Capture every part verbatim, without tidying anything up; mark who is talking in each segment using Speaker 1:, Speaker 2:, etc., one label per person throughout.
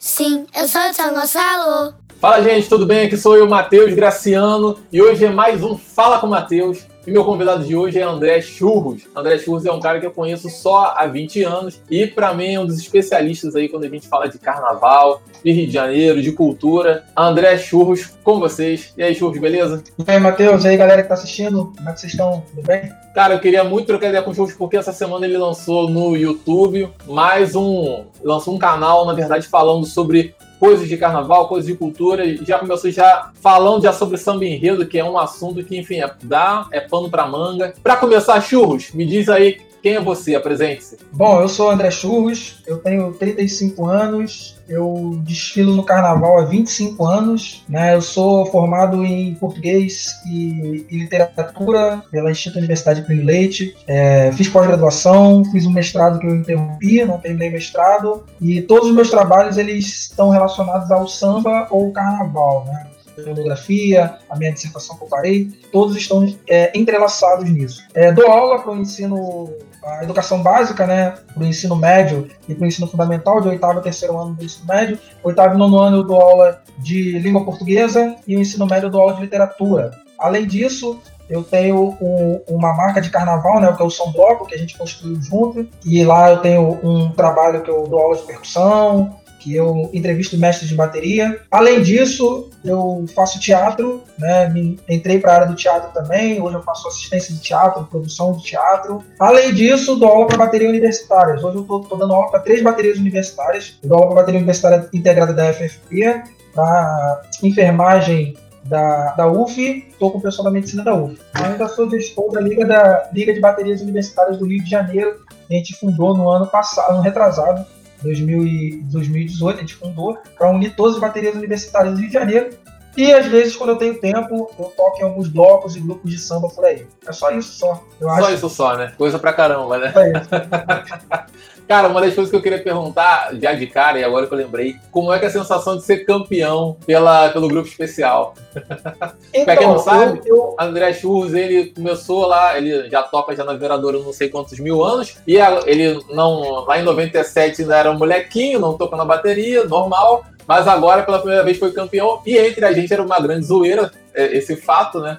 Speaker 1: Sim, eu sou o São Gonçalo.
Speaker 2: Fala, gente, tudo bem? Aqui sou eu, Matheus Graciano, e hoje é mais um Fala com Matheus. E meu convidado de hoje é André Churros. André Churros é um cara que eu conheço só há vinte anos e, para mim, é um dos especialistas aí quando a gente fala de carnaval, de Rio de Janeiro, de cultura. André Churros, com vocês. E aí, Churros, beleza?
Speaker 3: E aí, Matheus, e aí, galera que tá assistindo, como é que vocês estão? Tudo bem?
Speaker 2: Cara, eu queria muito trocar ideia com o Churros porque essa semana ele lançou no YouTube mais um... lançou um canal, na verdade, falando sobre coisas de carnaval, coisas de cultura, e já começou já falando já sobre samba enredo, que é um assunto que, enfim, é, dá, é pano pra manga. Pra começar, Churros, me diz aí quem é você, apresente-se.
Speaker 3: Bom, eu sou André Churros, eu tenho trinta e cinco anos, eu desfilo no carnaval há vinte e cinco anos, né? Eu sou formado em português e, e literatura pela Instituto Universidade Plínio Leite, é, fiz pós-graduação, fiz um mestrado que eu interrompi, não terminei mestrado, e todos os meus trabalhos eles estão relacionados ao samba ou carnaval, né? Monografia, a minha dissertação que eu parei, todos estão é, entrelaçados nisso. É, dou aula para o ensino, a educação básica, né, para o ensino médio e para o ensino fundamental, de oitavo a terceiro ano do ensino médio. Oitavo e nono ano eu dou aula de língua portuguesa e o ensino médio eu dou aula de literatura. Além disso, eu tenho um, uma marca de carnaval, né, que é o São Bloco, que a gente construiu junto, e lá eu tenho um trabalho que eu dou aula de percussão, que eu entrevisto mestres de bateria. Além disso, eu faço teatro, né? Entrei para a área do teatro também, hoje eu faço assistência de teatro, produção de teatro. Além disso, dou aula para bateria universitárias. Hoje eu estou dando aula para três baterias universitárias. Eu dou aula para a bateria universitária integrada da F F P, para enfermagem da, da U F, estou com o pessoal da medicina da U F. Eu ainda sou gestor da Liga, da Liga de Baterias Universitárias do Rio de Janeiro. A gente fundou no ano passado, ano retrasado, dois mil e dezoito, a gente fundou para unir todas as baterias universitárias do Rio de Janeiro. E às vezes, quando eu tenho tempo, eu toco em alguns blocos e grupos de samba por aí. É só isso só. Eu
Speaker 2: só acho... isso só, né? Coisa pra caramba, né?
Speaker 3: É isso.
Speaker 2: Cara, uma das coisas que eu queria perguntar, já de cara, e agora que eu lembrei, como é que é a sensação de ser campeão pela, pelo grupo especial? Então, pra quem não sabe, eu, eu... André Churros, ele começou lá, ele já toca já na Vereadora não sei quantos mil anos, e ele não, lá em noventa e sete ainda era um molequinho, não tocou na bateria, normal, mas agora pela primeira vez foi campeão, e entre a gente era uma grande zoeira, esse fato, né?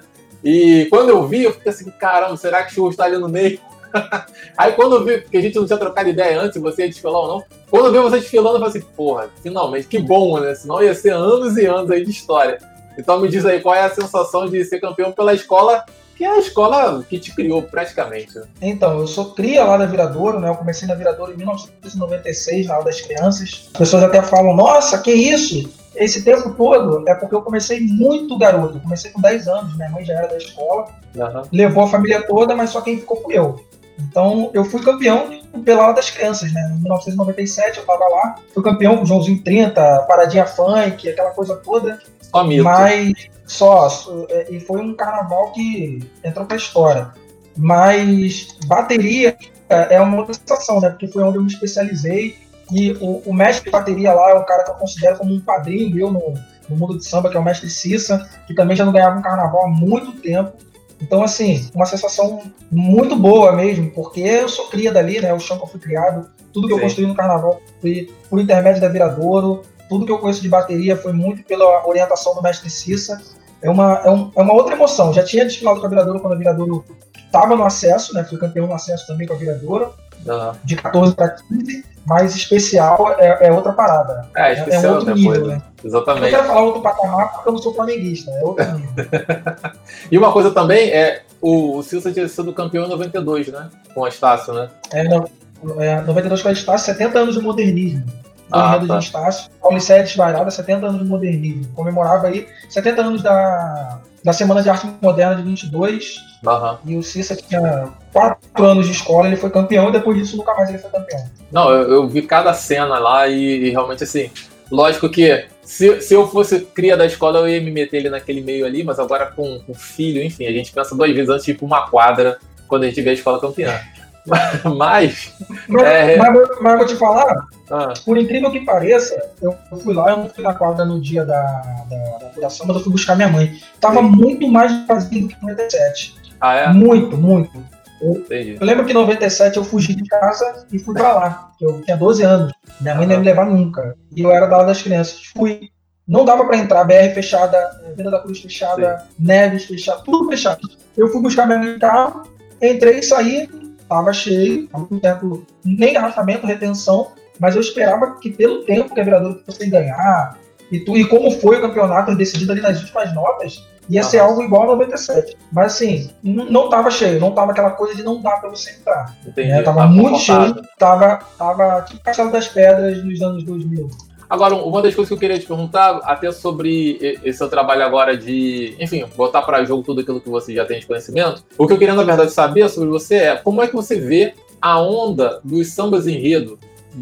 Speaker 2: E quando eu vi, eu fiquei assim, caramba, será que o Churros tá ali no meio? Aí quando eu vi, porque a gente não tinha trocado ideia antes, você ia desfilar ou não, quando eu vi você desfilando, eu falei assim, porra, finalmente, que bom, né? Senão ia ser anos e anos aí de história. Então me diz aí, qual é a sensação de ser campeão pela escola, que é a escola que te criou praticamente, né?
Speaker 3: Então, eu sou cria lá da Viradouro, né? Eu comecei na Viradouro em mil novecentos e noventa e seis, na aula das crianças. As pessoas até falam, nossa, que isso? Esse tempo todo é porque eu comecei muito garoto. Eu comecei com dez anos, minha mãe já era da escola, uhum. Levou a família toda, mas só quem ficou fui eu. Então, eu fui campeão pela aula das crianças, né? Em mil novecentos e noventa e sete, eu tava lá, fui campeão com o Joãozinho trinta, paradinha funk, aquela coisa toda.
Speaker 2: Só mito.
Speaker 3: Mas, só, e foi um carnaval que entrou pra história. Mas, bateria é uma outra sensação, né? Porque foi onde eu me especializei. E o, o mestre de bateria lá é um cara que eu considero como um padrinho meu no, no mundo de samba, que é o mestre Cissa, que também já não ganhava um carnaval há muito tempo. Então, assim, uma sensação muito boa mesmo, porque eu sou cria dali, né? O chão que eu fui criado, tudo que Sim. eu construí no carnaval foi por intermédio da Viradouro, tudo que eu conheço de bateria foi muito pela orientação do mestre Cissa. É uma, é, um, é uma outra emoção. Já tinha desfilado com a Viradouro quando a Viradouro estava no acesso, né? Fui campeão no acesso também com a Viradouro, uhum. de catorze para quinze, mas especial é, é outra parada.
Speaker 2: É, especial é um outro nível,
Speaker 3: coisa.
Speaker 2: Né? Exatamente.
Speaker 3: Eu quero falar outro patamar porque eu não sou flamenguista, é outro nível.
Speaker 2: E uma coisa também é, o, o Cissa tinha sido campeão em noventa e dois, né? Com o Estácio, né?
Speaker 3: É, no, é noventa e dois com o Estácio, setenta anos de modernismo. O
Speaker 2: ah,
Speaker 3: enredo
Speaker 2: tá.
Speaker 3: de Estácio, Paulicéia Desvairada, setenta anos de modernismo. Comemorava aí setenta anos da, da Semana de Arte Moderna de vinte e dois.
Speaker 2: Uhum.
Speaker 3: E o Cissa tinha quatro anos de escola, ele foi campeão, e depois disso nunca mais ele foi campeão.
Speaker 2: Não, eu, eu vi cada cena lá e, e realmente assim, lógico que se, se eu fosse cria da escola eu ia me meter ele naquele meio ali, mas agora com o filho, enfim, a gente pensa duas vezes antes de ir pra uma quadra quando a gente vê a escola campeã. Mas,
Speaker 3: mas,
Speaker 2: é...
Speaker 3: mas, mas eu vou te falar,
Speaker 2: ah.
Speaker 3: por incrível que pareça, eu fui lá, eu não fui na quadra no dia da, da, da apuração, mas eu fui buscar minha mãe. Tava Sim. muito mais vazio do que em noventa e sete.
Speaker 2: Ah, é?
Speaker 3: Muito, muito. Eu, eu lembro que em noventa e sete eu fugi de casa e fui pra lá. Eu tinha doze anos. Minha mãe não ia me levar nunca. E eu era da aula das crianças. Fui. Não dava pra entrar. B R fechada, Venda da Cruz fechada, Sim. Neves fechada, tudo fechado. Eu fui buscar minha mãe no carro, entrei e saí. Tava cheio, tava com tempo, nem garrafamento, retenção. Mas eu esperava que pelo tempo que a Viradouro fosse ganhar e, tu, e como foi o campeonato decidido ali nas últimas notas, ia ser algo igual a noventa e sete. Mas assim, n- não tava cheio, não tava aquela coisa de não dar pra você entrar.
Speaker 2: Entendi.
Speaker 3: Né? Tava
Speaker 2: Tá
Speaker 3: muito cheio, tava, tava tipo Castelo das Pedras nos anos dois mil.
Speaker 2: Agora, uma das coisas que eu queria te perguntar, até sobre esse seu trabalho agora de, enfim, botar para jogo tudo aquilo que você já tem de conhecimento, o que eu queria, na verdade, saber sobre você é como é que você vê a onda dos sambas enredo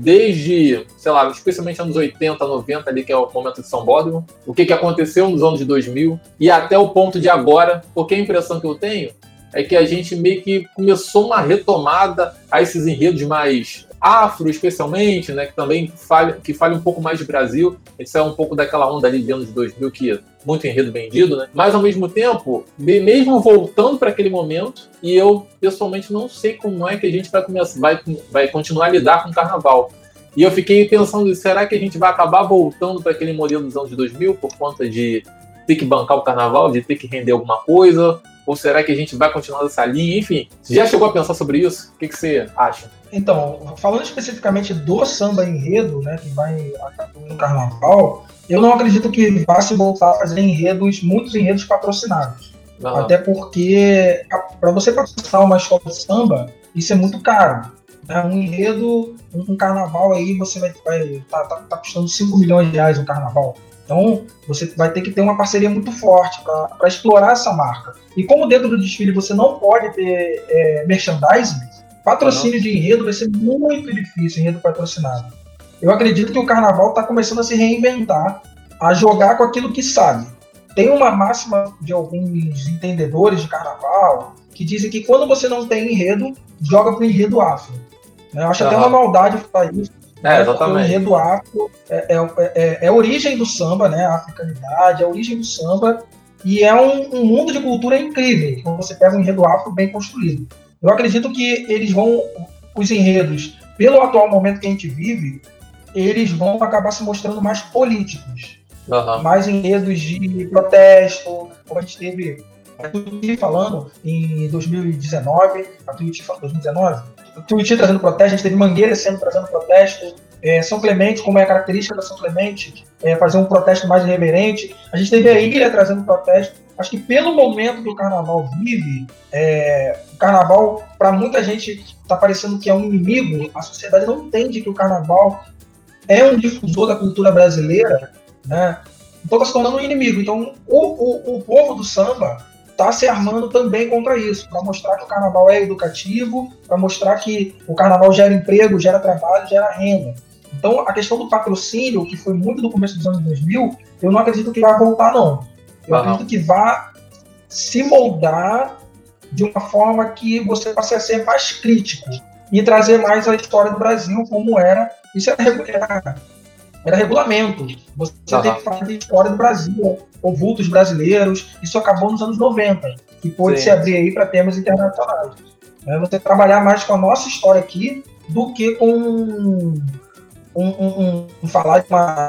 Speaker 2: desde, sei lá, especialmente anos oitenta, noventa, ali, que é o momento de São Bódromo, o que, que aconteceu nos anos de dois mil e até o ponto de agora, porque a impressão que eu tenho é que a gente meio que começou uma retomada a esses enredos mais afro, especialmente, né, que também fale, que fale um pouco mais de Brasil. Isso é um pouco daquela onda ali de anos de dois mil, que é muito enredo vendido, né? Mas, ao mesmo tempo, mesmo voltando para aquele momento, e eu, pessoalmente, não sei como é que a gente vai, começar, vai, vai continuar a lidar com o carnaval. E eu fiquei pensando, será que a gente vai acabar voltando para aquele modelo dos anos de dois mil por conta de ter que bancar o carnaval, de ter que render alguma coisa? Ou será que a gente vai continuar nessa linha? Enfim, você já chegou a pensar sobre isso? O que, que você acha?
Speaker 3: Então, falando especificamente do samba enredo, né, que vai no carnaval, eu não acredito que vá se voltar a fazer enredos, muitos enredos patrocinados. Uhum. Até porque, para você patrocinar uma escola de samba, isso é muito caro. Né? Um enredo, um carnaval aí, você vai, vai tá, tá, tá custando cinco milhões de reais um carnaval. Então, você vai ter que ter uma parceria muito forte para explorar essa marca. E como dentro do desfile você não pode ter é, merchandising, patrocínio de enredo vai ser muito difícil, enredo patrocinado. Eu acredito que o carnaval está começando a se reinventar, a jogar com aquilo que sabe. Tem uma máxima de alguns entendedores de carnaval que dizem que quando você não tem enredo, joga para o enredo afro. Eu acho uhum. até uma maldade falar isso.
Speaker 2: É, exatamente.
Speaker 3: O enredo afro é, é, é, é a origem do samba, né? A africanidade, é a origem do samba, e é um, um mundo de cultura incrível, quando você pega um enredo afro bem construído. Eu acredito que eles vão, os enredos, pelo atual momento que a gente vive, eles vão acabar se mostrando mais políticos, uhum. mais enredos de protesto, como a gente teve a Tuiuti falando em dois mil e dezenove, a Tuiuti falou dois mil e dezenove, a Tuiuti trazendo protesto, a gente teve Mangueira esse ano trazendo protesto, é, São Clemente, como é a característica da São Clemente, é, fazer um protesto mais irreverente, a gente teve a Ilha trazendo protesto. Acho que pelo momento que o carnaval vive, é, o carnaval, para muita gente, está parecendo que é um inimigo. A sociedade não entende que o carnaval é um difusor da cultura brasileira, né? Então está se tornando um inimigo. Então o, o, o povo do samba está se armando também contra isso, para mostrar que o carnaval é educativo, para mostrar que o carnaval gera emprego, gera trabalho, gera renda. Então a questão do patrocínio, que foi muito do começo dos anos dois mil, eu não acredito que vai voltar, não. Eu uhum. acredito que vai se moldar de uma forma que você passe a ser mais crítico e trazer mais a história do Brasil como era. Isso era, era, era regulamento. Você uhum. tem que falar de história do Brasil, ou vultos brasileiros. Isso acabou nos anos noventa, que pôde Sim. se abrir aí para temas internacionais. É você trabalhar mais com a nossa história aqui do que com um, um, um, um falar de uma...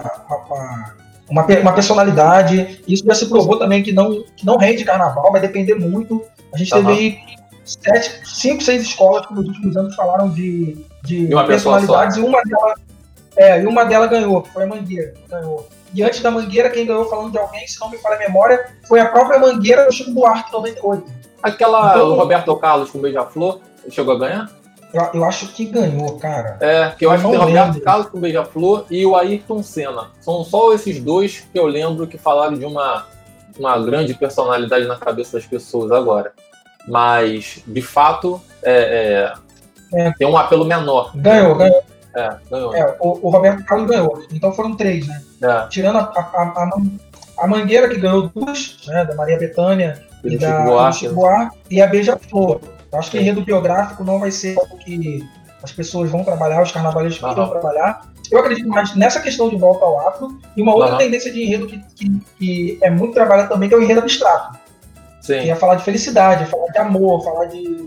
Speaker 3: uma Uma, uma personalidade. Isso já se provou também que não, que não rende carnaval, vai depender muito. A gente teve aí sete, cinco, seis escolas que nos últimos anos falaram de, de personalidades, e uma, delas, é, e uma delas ganhou, que foi a Mangueira. Ganhou. E antes da Mangueira, quem ganhou falando de alguém, se não me falha a memória, foi a própria Mangueira do Chico Buarque, em noventa e oito.
Speaker 2: Aquela então, o Roberto Carlos com o Beija-Flor, chegou a ganhar?
Speaker 3: Eu, eu acho que ganhou, cara.
Speaker 2: É, que eu, eu acho que tem o Roberto Carlos com o Beija-Flor e o Ayrton Senna. São só esses dois que eu lembro que falaram de uma, uma grande personalidade na cabeça das pessoas agora. Mas, de fato, é, é, é. tem um apelo menor.
Speaker 3: Ganhou, ganhou.
Speaker 2: É, ganhou.
Speaker 3: É, o, o Roberto Carlos ganhou. Então foram três, né? É. Tirando a, a, a, a Mangueira, que ganhou duas, né? Da Maria Bethânia e, e da Buarque, Chico Buarque, e a Beija-Flor. Eu acho que enredo biográfico não vai ser algo que as pessoas vão trabalhar, os carnavalistas uhum. vão trabalhar. Eu acredito mais nessa questão de volta ao afro, e uma outra uhum. tendência de enredo que, que, que é muito trabalhada também, que é o enredo abstrato.
Speaker 2: Sim.
Speaker 3: Que é falar de felicidade, falar de amor, falar de,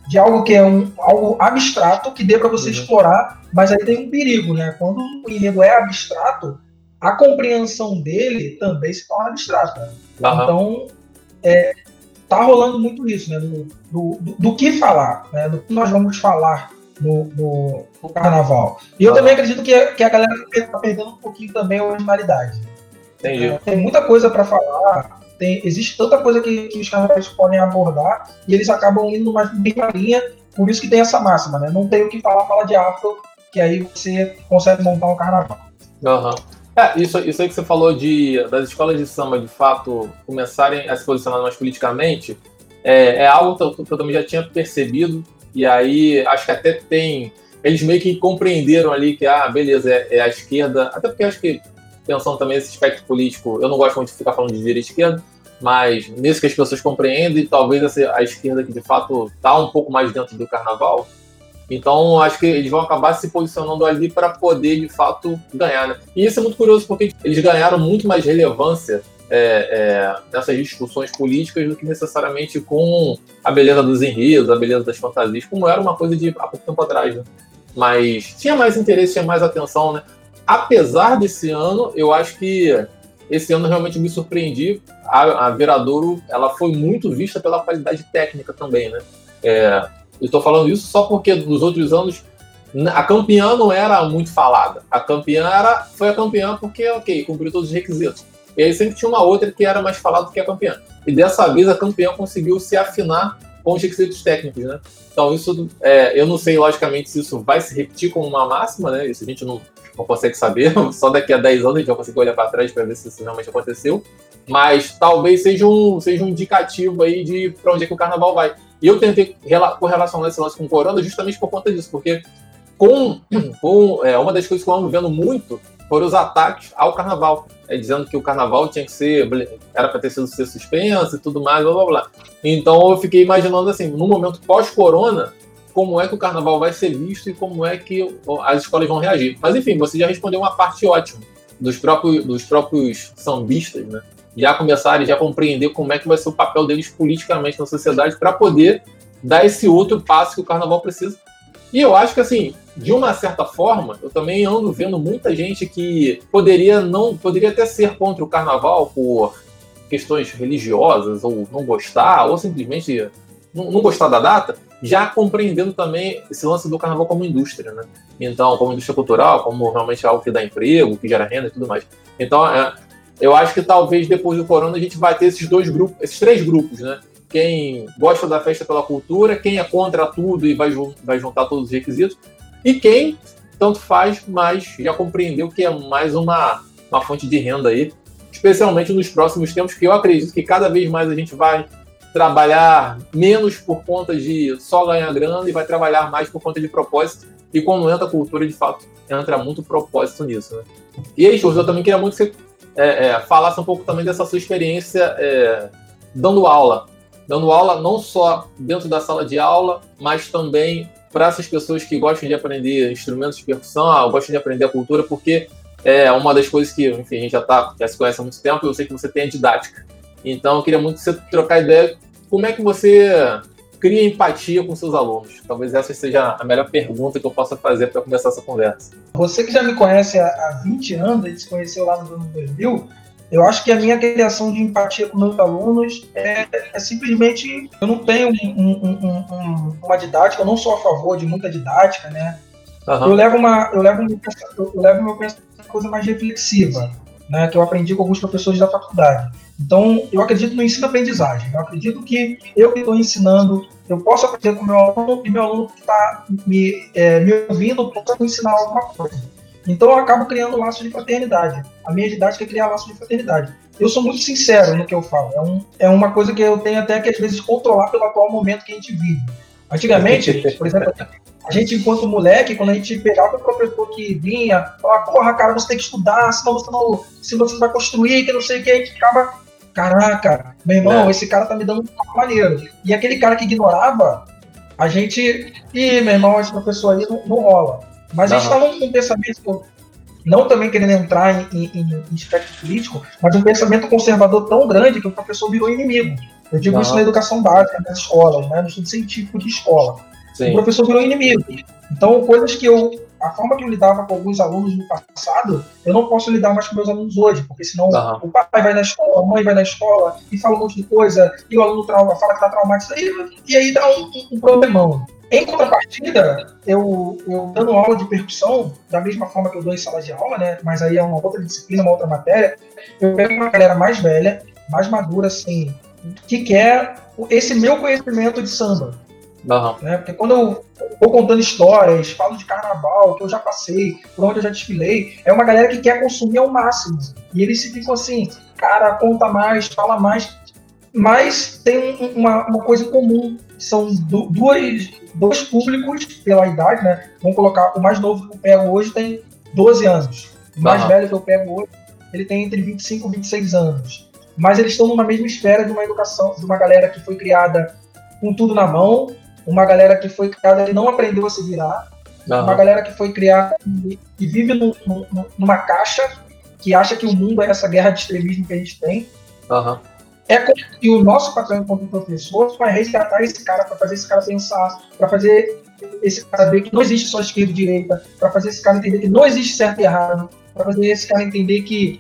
Speaker 3: de algo que é um, algo abstrato que dê para você uhum. explorar, mas aí tem um perigo, né? Quando o enredo é abstrato, a compreensão dele também se torna abstrata. Uhum. Então, é, tá rolando muito isso, né? Do, do, do, do que falar, né? Do que nós vamos falar no, no, no carnaval. E eu uhum. também acredito que, que a galera está perdendo um pouquinho também a originalidade.
Speaker 2: Entendi.
Speaker 3: É, tem muita coisa para falar. Tem, existe tanta coisa que, que os carnavais podem abordar e eles acabam indo mais bem na linha, por isso que tem essa máxima, né? Não tem o que falar, fala de afro, que aí você consegue montar um carnaval.
Speaker 2: Uhum. É, isso, isso aí que você falou de, das escolas de samba, de fato, começarem a se posicionar mais politicamente, é, é algo que eu, que eu também já tinha percebido, e aí acho que até tem... Eles meio que compreenderam ali que, ah, beleza, é, é a esquerda, até porque acho que pensando também nesse aspecto político, eu não gosto muito de ficar falando de direita e esquerda, mas nisso que as pessoas compreendem, talvez a esquerda que de fato está um pouco mais dentro do carnaval, então acho que eles vão acabar se posicionando ali para poder de fato ganhar, né? E isso é muito curioso porque eles ganharam muito mais relevância é, é, nessas discussões políticas do que necessariamente com a beleza dos enredos, a beleza das fantasias, como era uma coisa de há pouco tempo atrás, né? Mas tinha mais interesse, tinha mais atenção, né? Apesar desse ano, eu acho que esse ano realmente me surpreendi. A, a Viradouro, ela foi muito vista pela qualidade técnica também, né? É, eu estou falando isso só porque nos outros anos a campeã não era muito falada. A campeã era, foi a campeã porque, ok, cumpriu todos os requisitos. E aí sempre tinha uma outra que era mais falada do que a campeã. E dessa vez a campeã conseguiu se afinar com os requisitos técnicos, né? Então isso, é, eu não sei logicamente se isso vai se repetir como uma máxima, né? Isso a gente não não consegue saber, só daqui a dez anos a gente vai conseguir olhar para trás para ver se isso realmente aconteceu, mas talvez seja um, seja um indicativo aí de para onde é que o carnaval vai. E eu tentei correlacionar esse lance com o Corona justamente por conta disso, porque com, com é, uma das coisas que eu ando vendo muito foram os ataques ao carnaval, é, dizendo que o carnaval tinha que ser, era para ter sido ser suspenso e tudo mais, blá blá blá. Então eu fiquei imaginando assim, no momento pós-Corona, como é que o carnaval vai ser visto e como é que as escolas vão reagir. Mas enfim, você já respondeu uma parte ótima dos próprios, dos próprios sambistas, né? Já começarem, já compreender como é que vai ser o papel deles politicamente na sociedade para poder dar esse outro passo que o carnaval precisa. E eu acho que, assim, de uma certa forma, eu também ando vendo muita gente que poderia, não, poderia até ser contra o carnaval por questões religiosas, ou não gostar, ou simplesmente não, não gostar da data, já compreendendo também esse lance do carnaval como indústria, né? Então, como indústria cultural, como realmente algo que dá emprego, que gera renda e tudo mais. Então, é, eu acho que talvez depois do Corona a gente vai ter esses dois grupos, esses três grupos, né? Quem gosta da festa pela cultura, quem é contra tudo e vai, vai juntar todos os requisitos, e quem tanto faz, mas já compreendeu que é mais uma, uma fonte de renda aí, especialmente nos próximos tempos, que eu acredito que cada vez mais a gente vai trabalhar menos por conta de só ganhar grana e vai trabalhar mais por conta de propósito. E quando entra a cultura, de fato, entra muito propósito nisso, né? E aí, Churros, eu também queria muito que você é, é, falasse um pouco também dessa sua experiência é, dando aula. Dando aula não só dentro da sala de aula, mas também para essas pessoas que gostam de aprender instrumentos de percussão, ah, gostam de aprender a cultura, porque é uma das coisas que, enfim, a gente já, tá, já se conhece há muito tempo e eu sei que você tem a didática. Então, eu queria muito que você trocar ideia como é que você cria empatia com seus alunos. Talvez essa seja a melhor pergunta que eu possa fazer para começar essa conversa.
Speaker 3: Você que já me conhece há vinte anos, a gente se conheceu lá no ano dois mil, eu acho que a minha criação de empatia com meus alunos é, é simplesmente... Eu não tenho um, um, um, uma didática, eu não sou a favor de muita didática, né? Uhum. Eu levo uma, eu levo, eu levo meu pensamento a uma coisa mais reflexiva, né, que eu aprendi com alguns professores da faculdade. Então, eu acredito no ensino-aprendizagem. Eu acredito que eu que estou ensinando, eu posso aprender com o meu aluno e meu aluno que está me, é, me ouvindo possa me ensinar alguma coisa. Então, eu acabo criando laços de fraternidade. A minha didática é criar laços de fraternidade. Eu sou muito sincero no que eu falo. É, um, é uma coisa que eu tenho até que, às vezes, controlar pelo atual momento que a gente vive. Antigamente, por exemplo, a gente, enquanto moleque, quando a gente pegava o professor que vinha, falava, porra, cara, você tem que estudar, senão você não, se você vai construir, que não sei o que, a gente ficava, caraca, meu irmão, é. esse cara tá me dando um maneiro. E aquele cara que ignorava, a gente, ih, meu irmão, esse professor aí não, não rola. Mas não. A gente tava num pensamento, não também querendo entrar em, em, em aspecto político, mas um pensamento conservador tão grande que o professor virou inimigo. Eu digo
Speaker 2: Não.
Speaker 3: isso na educação básica, nas escolas, né? No estudo científico de escola. Sim. O professor virou inimigo. Então, coisas que eu... A forma que eu lidava com alguns alunos no passado, eu não posso lidar mais com meus alunos hoje, porque senão uhum. o pai vai na escola, a mãe vai na escola e fala um monte de coisa, e o aluno trauma, fala que está traumatizado, e, e aí dá um, um problemão. Em contrapartida, eu, eu dando aula de percussão, da mesma forma que eu dou em sala de aula, né, mas aí é uma outra disciplina, uma outra matéria, eu pego uma galera mais velha, mais madura, assim, que quer esse meu conhecimento de samba.
Speaker 2: Uhum.
Speaker 3: Né? Porque quando eu vou contando histórias, falo de carnaval, que eu já passei, por onde eu já desfilei, é uma galera que quer consumir ao máximo. E eles se ficam assim, cara, conta mais, fala mais. Mas tem um, uma, uma coisa em comum. São du- duas, dois públicos pela idade, né? Vamos colocar, o mais novo que eu pego hoje tem doze anos. O mais uhum. velho que eu pego hoje, ele tem entre vinte e cinco e vinte e seis anos. Mas eles estão numa mesma esfera de uma educação, de uma galera que foi criada com tudo na mão, uma galera que foi criada e não aprendeu a se virar, uhum. uma galera que foi criada e, e vive num, num, numa caixa, que acha que o mundo é essa guerra de extremismo que a gente tem.
Speaker 2: Uhum.
Speaker 3: É como que o nosso papel enquanto professor vai resgatar esse cara, para fazer esse cara pensar, para fazer esse cara saber que não existe só esquerda e direita, para fazer esse cara entender que não existe certo e errado, para fazer esse cara entender que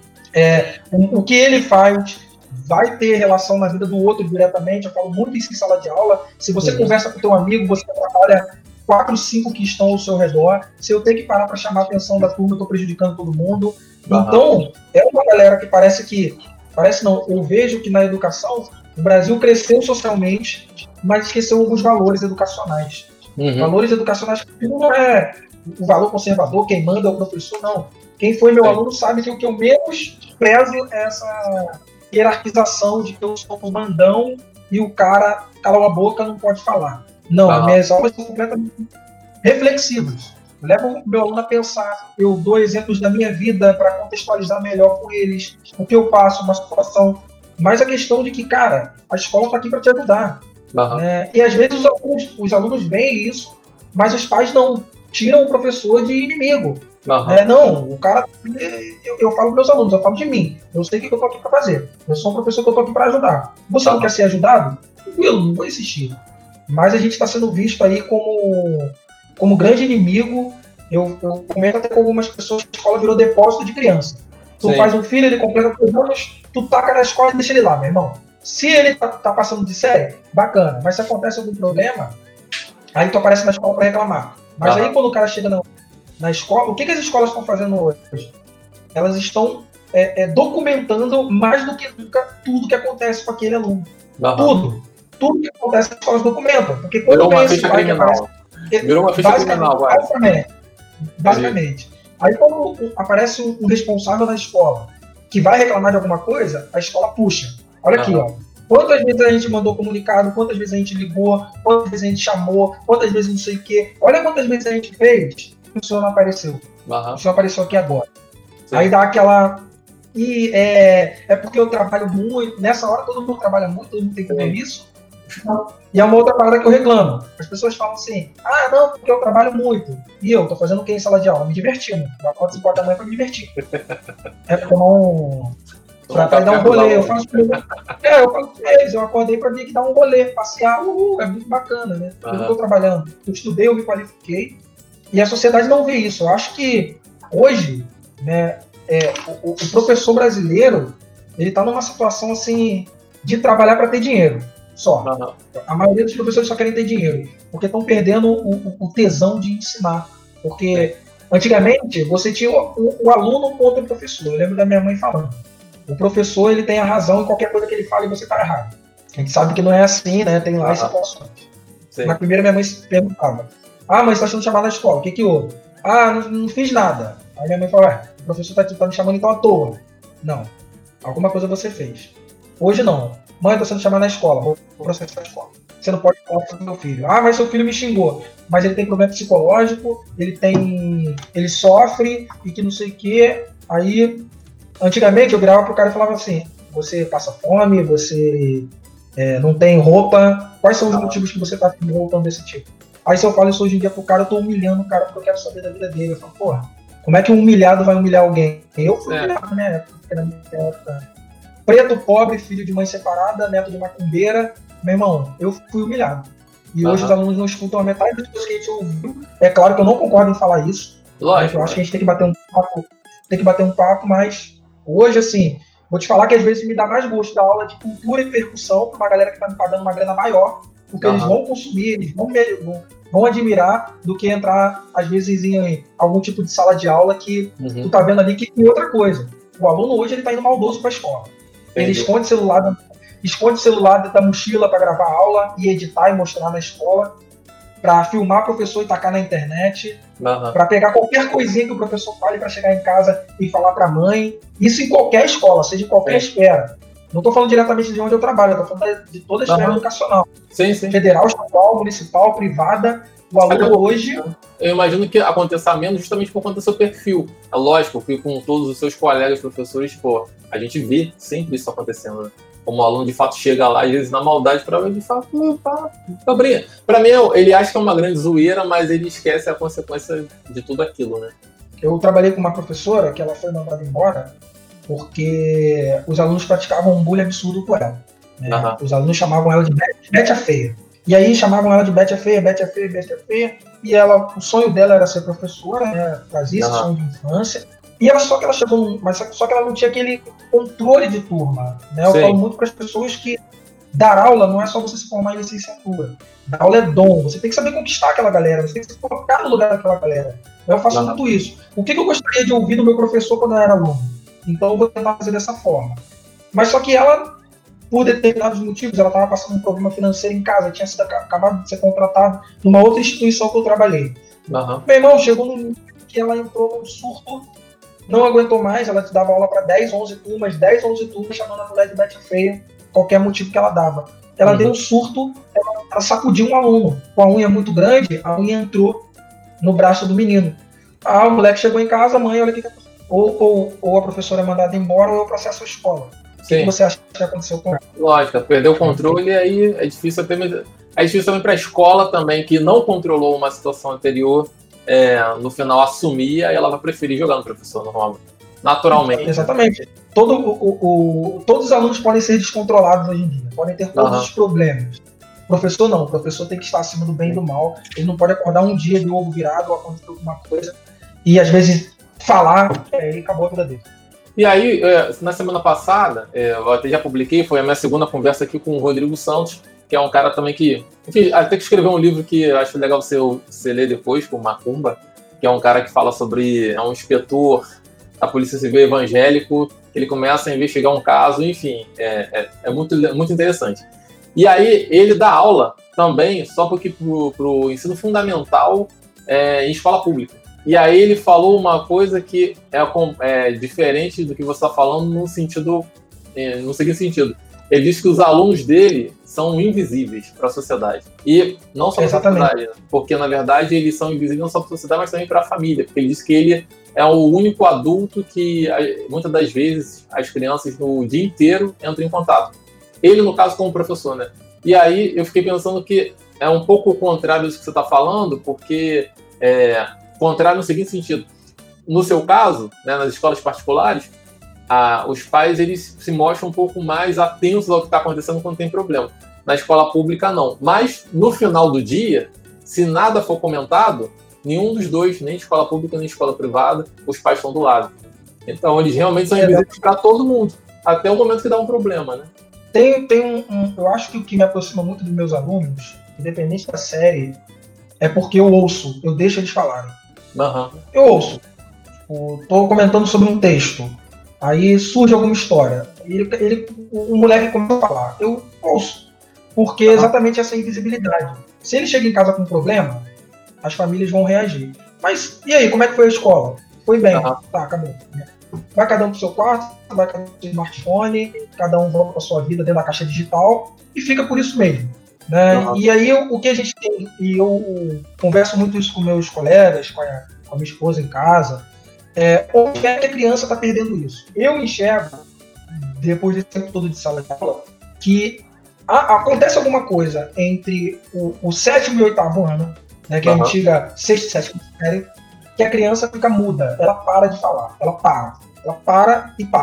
Speaker 3: é, o, o que ele faz vai ter relação na vida do outro diretamente. Eu falo muito isso em sala de aula. Se você uhum. conversa com o teu amigo, você trabalha quatro, cinco que estão ao seu redor. Se eu tenho que parar para chamar a atenção da turma, eu estou prejudicando todo mundo. Uhum. Então, é uma galera que parece que... Parece não, eu vejo que na educação o Brasil cresceu socialmente, mas esqueceu alguns valores educacionais. Uhum. Valores educacionais que não é o valor conservador, quem manda é o professor, não. Quem foi meu Sim. aluno sabe que o que eu menos prezo é essa hierarquização de que eu sou um mandão e o cara cala a boca, não pode falar. Não, uhum. minhas aulas são completamente reflexivas. Levo o meu aluno a pensar, eu dou exemplos da minha vida para contextualizar melhor com eles o que eu passo, uma situação. Mas a questão de que, cara, a escola está aqui para te ajudar. Uhum. Né? E às vezes os alunos, os alunos veem isso, mas os pais não tiram o professor de inimigo. Uhum. É, não, o cara, eu, eu falo para meus alunos, eu falo de mim, eu sei o que eu estou aqui para fazer, eu sou um professor que eu estou aqui para ajudar. Você uhum. não quer ser ajudado? Tranquilo, não vou insistir. Mas a gente está sendo visto aí como, como grande inimigo. Eu, eu comento até com algumas pessoas que a escola virou depósito de criança. Tu Sim. faz um filho, ele completa três anos, tu taca na escola e deixa ele lá, meu irmão. Se ele tá, tá passando de série, bacana, mas se acontece algum problema, aí tu aparece na escola para reclamar. Mas uhum. aí quando o cara chega na, na escola, o que, que as escolas estão fazendo hoje? Elas estão é, é, documentando mais do que nunca tudo que acontece com aquele aluno. Uhum. Tudo. Tudo que acontece as escolas documentam. Porque quando
Speaker 2: Virou uma ficha criminal. Aparece, Virou uma ficha criminal, vai.
Speaker 3: Basicamente. basicamente. Aí quando aparece um responsável da escola que vai reclamar de alguma coisa, a escola puxa. Olha uhum. aqui, ó. Quantas vezes a gente mandou comunicado, quantas vezes a gente ligou, quantas vezes a gente chamou, quantas vezes não sei o quê. Olha quantas vezes a gente fez, o senhor não apareceu. Uhum. O senhor apareceu aqui agora. Sim. Aí dá aquela... E é, é porque eu trabalho muito, nessa hora todo mundo trabalha muito, todo mundo tem que ver isso. E é uma outra parada que eu reclamo. As pessoas falam assim, ah, não, porque eu trabalho muito. E eu tô fazendo o que em sala de aula? Me divertindo. Eu acordo cinco horas da manhã pra me divertir. É pra não... Pra, pra dar um rolê. Eu faço... É, eu faço com eles. Eu acordei pra vir aqui dar um rolê, passear. Uhul, é muito bacana, né? Eu não tô trabalhando. Eu estudei, eu me qualifiquei. E a sociedade não vê isso. Eu acho que hoje, né, é, o, o professor brasileiro, ele tá numa situação assim de trabalhar pra ter dinheiro. Só. Uhum. A maioria dos professores só querem ter dinheiro, porque estão perdendo o, o tesão de ensinar. Porque antigamente você tinha o, o, o aluno contra o professor. Eu lembro da minha mãe falando. O professor ele tem a razão em qualquer coisa que ele fala e você está errado. A gente sabe que não é assim, né? Tem lá uhum. as situações. Sim. Na primeira minha mãe se perguntava: ah, mas você está sendo chamado na escola, o que que houve? Ah, não, não fiz nada. Aí minha mãe falou: ué, o professor está tá me chamando então à toa. Não. Alguma coisa você fez. Hoje não. Mãe, estou sendo chamada na escola, vou processar a escola. Você não pode falar com o meu filho. Ah, mas seu filho me xingou. Mas ele tem problema psicológico, ele tem. ele sofre e que não sei o quê. Aí, antigamente eu virava pro cara e falava assim: você passa fome, você é, não tem roupa, quais são os motivos que você tá voltando desse tipo? Aí se eu falo isso hoje em dia pro cara, eu tô humilhando o cara porque eu quero saber da vida dele. Eu falo, porra, como é que um humilhado vai humilhar alguém? Eu fui é. humilhado na minha época, porque na minha época. preto, pobre, filho de mãe separada, neto de macumbeira. Meu irmão, eu fui humilhado. E hoje uhum. os alunos não escutam a metade das coisas que a gente ouviu. É claro que eu não concordo em falar isso.
Speaker 2: Lógico.
Speaker 3: Eu acho que a gente tem que bater um papo, tem que bater um papo, mas hoje, assim, vou te falar que às vezes me dá mais gosto da aula de cultura e percussão para uma galera que está me pagando uma grana maior, porque uhum. eles vão consumir, eles vão, vão, vão admirar, do que entrar, às vezes, em algum tipo de sala de aula que uhum. tu tá vendo ali que tem outra coisa. O aluno hoje ele tá indo maldoso para a escola. Ele Entendi. esconde o celular, esconde o celular dentro da mochila para gravar a aula e editar e mostrar na escola, para filmar o professor e tacar na internet, uhum. para pegar qualquer coisinha que o professor fale para chegar em casa e falar para a mãe. Isso em qualquer escola, seja em qualquer sim. esfera. Não estou falando diretamente de onde eu trabalho, eu estou falando de toda a esfera uhum. educacional.
Speaker 2: Sim, sim.
Speaker 3: Federal, estadual, municipal, privada. O aluno eu, hoje...
Speaker 2: Eu imagino que aconteça menos justamente por conta do seu perfil. É lógico que com todos os seus colegas professores, pô, a gente vê sempre isso acontecendo, né? Como o aluno de fato chega lá, às vezes na maldade, para de fato, tá, tá brincando. Para mim, ele acha que é uma grande zoeira, mas ele esquece a consequência de tudo aquilo, né?
Speaker 3: Eu trabalhei com uma professora que ela foi mandada embora porque os alunos praticavam um bullying absurdo com ela. Né? Uhum. Os alunos chamavam ela de Bete a Feia. E aí chamavam ela de Bete a Feia, Bete a Feia, Bete a Feia. E ela, o sonho dela era ser professora, né? Fazia esse uhum. sonho de infância. E ela só que ela chegou, mas só que ela não tinha aquele controle de turma, né? Eu Sim. falo muito para as pessoas que dar aula não é só você se formar em licenciatura. Dar aula é dom. Você tem que saber conquistar aquela galera, você tem que se colocar no lugar daquela galera. Eu faço não. muito isso. O que eu gostaria de ouvir do meu professor quando eu era aluno? Então eu vou tentar fazer dessa forma. Mas só que ela, por determinados motivos, ela estava passando um problema financeiro em casa, tinha sido, acabado de ser contratada numa outra instituição que eu trabalhei. Uhum. Meu irmão, chegou no momento que ela entrou num surto. Não aguentou mais, ela te dava aula para dez, onze turmas, dez, onze turmas, chamando a mulher de Bete Feia, qualquer motivo que ela dava. Ela uhum. deu um surto, ela, ela sacudiu um aluno. Com a unha muito grande, a unha entrou no braço do menino. Ah, o moleque chegou em casa, a mãe, olha o que ou, ou, ou a professora é mandada embora, ou eu processo a escola. Sim. O que você acha que aconteceu com ela?
Speaker 2: Lógico, perdeu o controle e aí é difícil até... É difícil também para a escola também, que não controlou uma situação anterior, É, no final assumir, aí ela vai preferir jogar no professor normalmente, naturalmente.
Speaker 3: Exatamente. Todo, o, o, todos os alunos podem ser descontrolados hoje em dia, podem ter todos uhum. os problemas. O professor não, o professor tem que estar acima do bem e do mal, ele não pode acordar um dia de ovo virado ou acontecer alguma coisa e às vezes falar, é, e acabou a vida dele.
Speaker 2: E aí, na semana passada, eu até já publiquei, foi a minha segunda conversa aqui com o Rodrigo Santos, que é um cara também que, enfim, até que escreveu um livro que eu acho legal você, você ler depois, com o Macumba, que é um cara que fala sobre, é um inspetor da Polícia Civil evangélico, ele começa a investigar um caso, enfim, é, é, é muito, muito interessante. E aí ele dá aula também, só porque pro, pro ensino fundamental é, em escola pública. E aí ele falou uma coisa que é, é diferente do que você está falando no sentido, no seguinte sentido. Ele disse que os alunos dele são invisíveis para a sociedade. E não só para a sociedade, porque, na verdade, eles são invisíveis não só para a sociedade, mas também para a família. Porque ele disse que ele é o único adulto que, muitas das vezes, as crianças, no dia inteiro, entram em contato. Ele, no caso, como professor, né? E aí, eu fiquei pensando que é um pouco o contrário disso que você está falando, porque, é, contrário no seguinte sentido. No seu caso, né, nas escolas particulares, Ah, os pais eles se mostram um pouco mais atentos ao que está acontecendo quando tem problema. Na escola pública, não. Mas, no final do dia, se nada for comentado, nenhum dos dois, nem escola pública nem escola privada, os pais estão do lado. Então, eles realmente são invisíveis para todo mundo, até o momento que dá um problema, né?
Speaker 3: Tem, tem um, um, eu acho que o que me aproxima muito dos meus alunos, independente da série, é porque eu ouço, eu deixo eles falarem.
Speaker 2: Uhum.
Speaker 3: Eu ouço. Estou comentando sobre um texto. Aí surge alguma história. Ele, ele, o moleque começa a falar. Eu ouço. Porque é exatamente essa invisibilidade. Se ele chega em casa com um problema, as famílias vão reagir. Mas, e aí, como é que foi a escola? Foi bem. Uhum. Tá, acabou. Vai cada um pro seu quarto, vai cada um pro seu smartphone, cada um volta pra sua vida dentro da caixa digital e fica por isso mesmo. Né? Uhum. E aí, o que a gente tem, e eu, eu converso muito isso com meus colegas, com a, com a minha esposa em casa, É, onde é que a criança está perdendo isso? Eu enxergo, depois desse tempo todo de sala de aula, que a, acontece alguma coisa entre o, o sétimo e o oitavo ano, né, que uhum. é a antiga sexta e sétima série, que a criança fica muda, ela para de falar, ela para, ela para e para.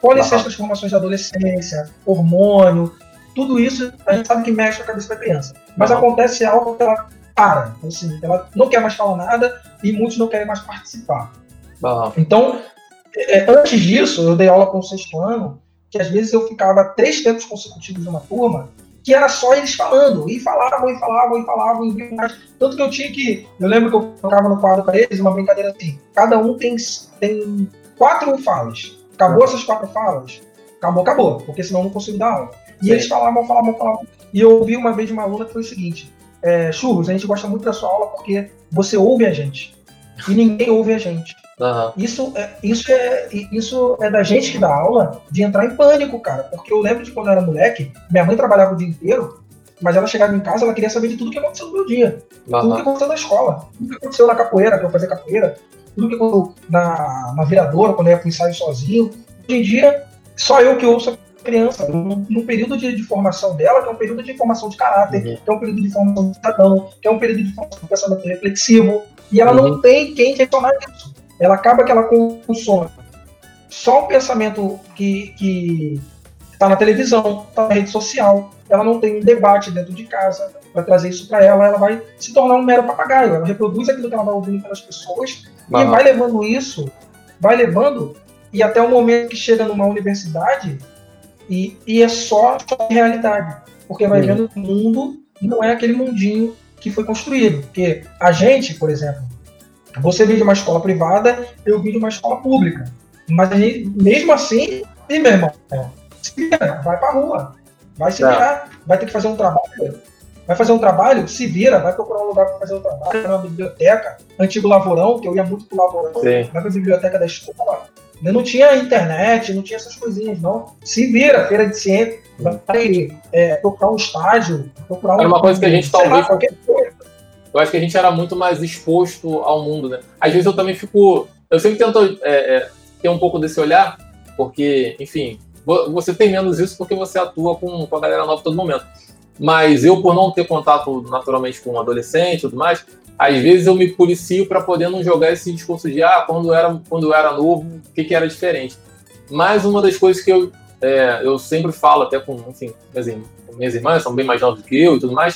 Speaker 3: Podem ser as transformações da adolescência, hormônio, tudo isso a gente sabe que mexe com a cabeça da criança. Mas uhum. acontece algo que ela para, assim, ela não quer mais falar nada e muitos não querem mais participar. Uhum. Então, é, antes disso, eu dei aula com o sexto ano, que às vezes eu ficava três tempos consecutivos numa turma, que era só eles falando, e falavam, e falavam, e falavam, e mais. Tanto que eu tinha que, eu lembro que eu tocava no quadro para eles, uma brincadeira assim, cada um tem, tem quatro falas. Acabou essas quatro falas? Acabou, acabou, porque senão eu não consigo dar aula. E Sim. eles falavam, falavam, falavam. E eu ouvi uma vez de uma aluna que foi o seguinte, é, Churros, a gente gosta muito da sua aula porque você ouve a gente. E ninguém ouve a gente. Uhum. Isso, é, isso, é, isso é da gente que dá aula de entrar em pânico, cara. Porque eu lembro de quando eu era moleque, minha mãe trabalhava o dia inteiro, mas ela chegava em casa, ela queria saber de tudo que aconteceu no meu dia. Uhum. Tudo que aconteceu na escola. Tudo que aconteceu na capoeira, que eu fazia capoeira. Tudo que aconteceu na, na viradora, quando eu ia pro ensaio sozinho. Hoje em dia, só eu que ouço a criança. Num, num período de, de formação dela, que é um período de formação de caráter, uhum. que é um período de formação de cidadão, que é um período de formação de pensamento reflexivo. E ela uhum. não tem quem direcionar isso. Ela acaba que ela consome só o pensamento que está na televisão, está na rede social. Ela não tem um debate dentro de casa para trazer isso para ela. Ela vai se tornar um mero papagaio. Ela reproduz aquilo que ela vai ouvindo pelas pessoas uhum. e vai levando isso, vai levando, e até o momento que chega numa universidade e, e é só realidade. Porque vai uhum. vendo que o mundo não é aquele mundinho que foi construído. Porque a gente, por exemplo, você vem de uma escola privada, eu vim de uma escola pública. Mas a gente, mesmo assim, e meu irmão, se vira, vai pra rua, vai se virar, vai ter que fazer um trabalho, vai fazer um trabalho, se vira, vai procurar um lugar para fazer um trabalho, vai na biblioteca, antigo Lavorão, que eu ia muito pro Lavorão, Sim. vai pra biblioteca da escola. Não tinha internet, não tinha essas coisinhas, não. Se vira, feira de ciência, vai é, procurar um estágio, procurar um...
Speaker 2: Era uma coisa que a gente talvez... qualquer coisa. Eu acho que a gente era muito mais exposto ao mundo, né? Às vezes eu também fico... Eu sempre tento é, é, ter um pouco desse olhar, porque, enfim, você tem menos isso porque você atua com, com a galera nova a todo momento. Mas eu, por não ter contato naturalmente com adolescente e tudo mais, às vezes eu me policio para poder não jogar esse discurso de ah, quando eu era, quando eu era novo, o que, que era diferente. Mas uma das coisas que eu, é, eu sempre falo, até com, enfim, minhas, minhas irmãs são bem mais novas do que eu e tudo mais,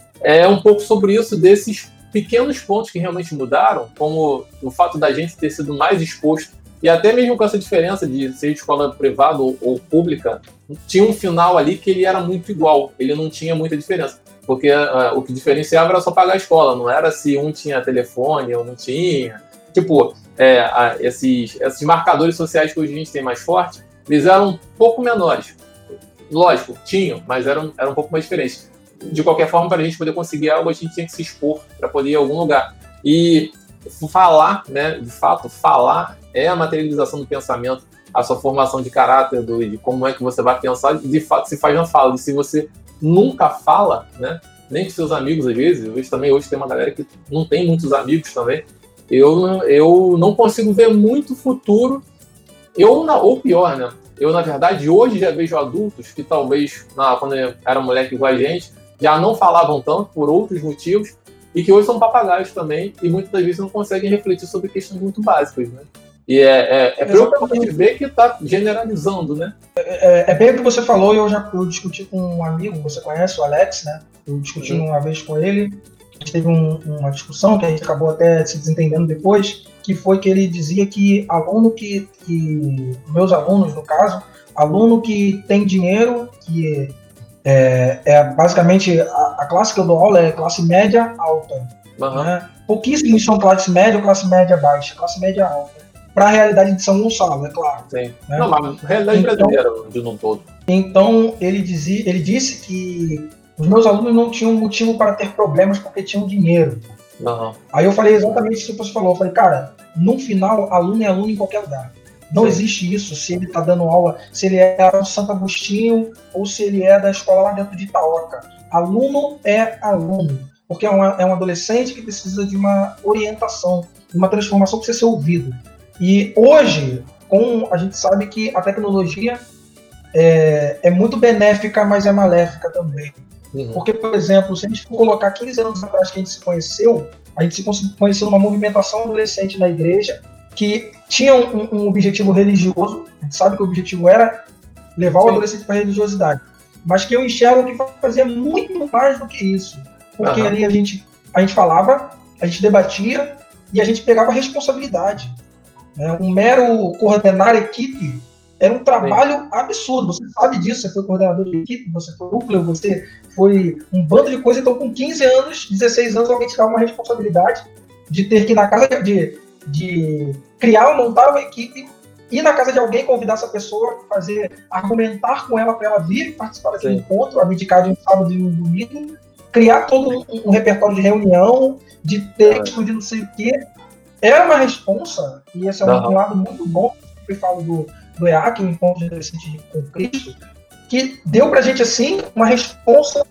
Speaker 2: é um pouco sobre isso, desses pequenos pontos que realmente mudaram, como o fato da gente ter sido mais exposto, e até mesmo com essa diferença de ser escola privada ou, ou pública, tinha um final ali que ele era muito igual, ele não tinha muita diferença, porque uh, o que diferenciava era só pagar a escola, não era se um tinha telefone ou não tinha. Tipo, é, a, esses, esses marcadores sociais que hoje a gente tem mais forte, eles eram um pouco menores. Lógico, tinham, mas eram, eram um pouco mais diferentes. De qualquer forma, para a gente poder conseguir algo, a gente tinha que se expor para poder ir a algum lugar. E falar, né, de fato, falar é a materialização do pensamento, a sua formação de caráter, do, de como é que você vai pensar, de fato se faz na fala. E se você nunca fala, né, nem com seus amigos às vezes, hoje também hoje tem uma galera que não tem muitos amigos também, eu, eu não consigo ver muito futuro, eu, ou pior, né, eu na verdade hoje já vejo adultos que talvez, na, quando eu era moleque igual a gente, já não falavam tanto por outros motivos e que hoje são papagaios também e muitas das vezes não conseguem refletir sobre questões muito básicas, né? E é, é, é preocupante ver que está generalizando, né?
Speaker 3: É, é, é bem o que você falou, e eu já eu discuti com um amigo, você conhece, o Alex, né? Eu discuti uhum. uma vez com ele, a gente teve um, uma discussão que a gente acabou até se desentendendo depois, que foi que ele dizia que aluno que, que meus alunos, no caso, aluno que tem dinheiro, que é, é basicamente a, a classe que eu dou aula é classe média alta. Uhum. Né? Pouquíssimos são classe média ou classe média baixa, classe média alta. Para a realidade de São Gonçalo, é claro.
Speaker 2: Sim. Né? Não, mas a realidade então, brasileira de um todo.
Speaker 3: Então, ele, dizia, ele disse que os meus alunos não tinham motivo para ter problemas porque tinham dinheiro.
Speaker 2: Uhum.
Speaker 3: Aí eu falei exatamente isso que você falou. Eu falei, cara, no final, aluno é aluno em qualquer lugar. Não Sim. existe isso, se ele está dando aula, se ele é do Santo Agostinho ou se ele é da escola lá dentro de Itaoca. Aluno é aluno, porque é, uma, é um adolescente que precisa de uma orientação, de uma transformação que precisa ser ouvido. E hoje, com, a gente sabe que a tecnologia é, é muito benéfica, mas é maléfica também. Uhum. Porque, por exemplo, se a gente for colocar quinze anos atrás que a gente se conheceu, a gente se conheceu numa movimentação adolescente na igreja, que tinham um, um objetivo religioso, a gente sabe que o objetivo era levar o adolescente para a religiosidade, mas que eu enxergo que fazia muito mais do que isso, porque uhum. ali a gente, a gente falava, a gente debatia e a gente pegava responsabilidade. Né? Um mero coordenar equipe era um trabalho Sim. absurdo, você sabe disso, você foi coordenador de equipe, você foi núcleo, você foi um bando de coisa, então com quinze anos, dezesseis anos, alguém te dava uma responsabilidade de ter que ir na casa de, de criar, montar uma equipe, ir na casa de alguém, convidar essa pessoa, fazer, argumentar com ela para ela vir participar daquele Sim. encontro, abdicar de um sábado e um domingo, criar todo um, um repertório de reunião, de texto, de não sei o quê. Era uma responsa, e esse é um, um lado muito bom, que eu falo do do E A C, o Encontro de Adolescente com Cristo, que deu pra gente, assim, uma responsa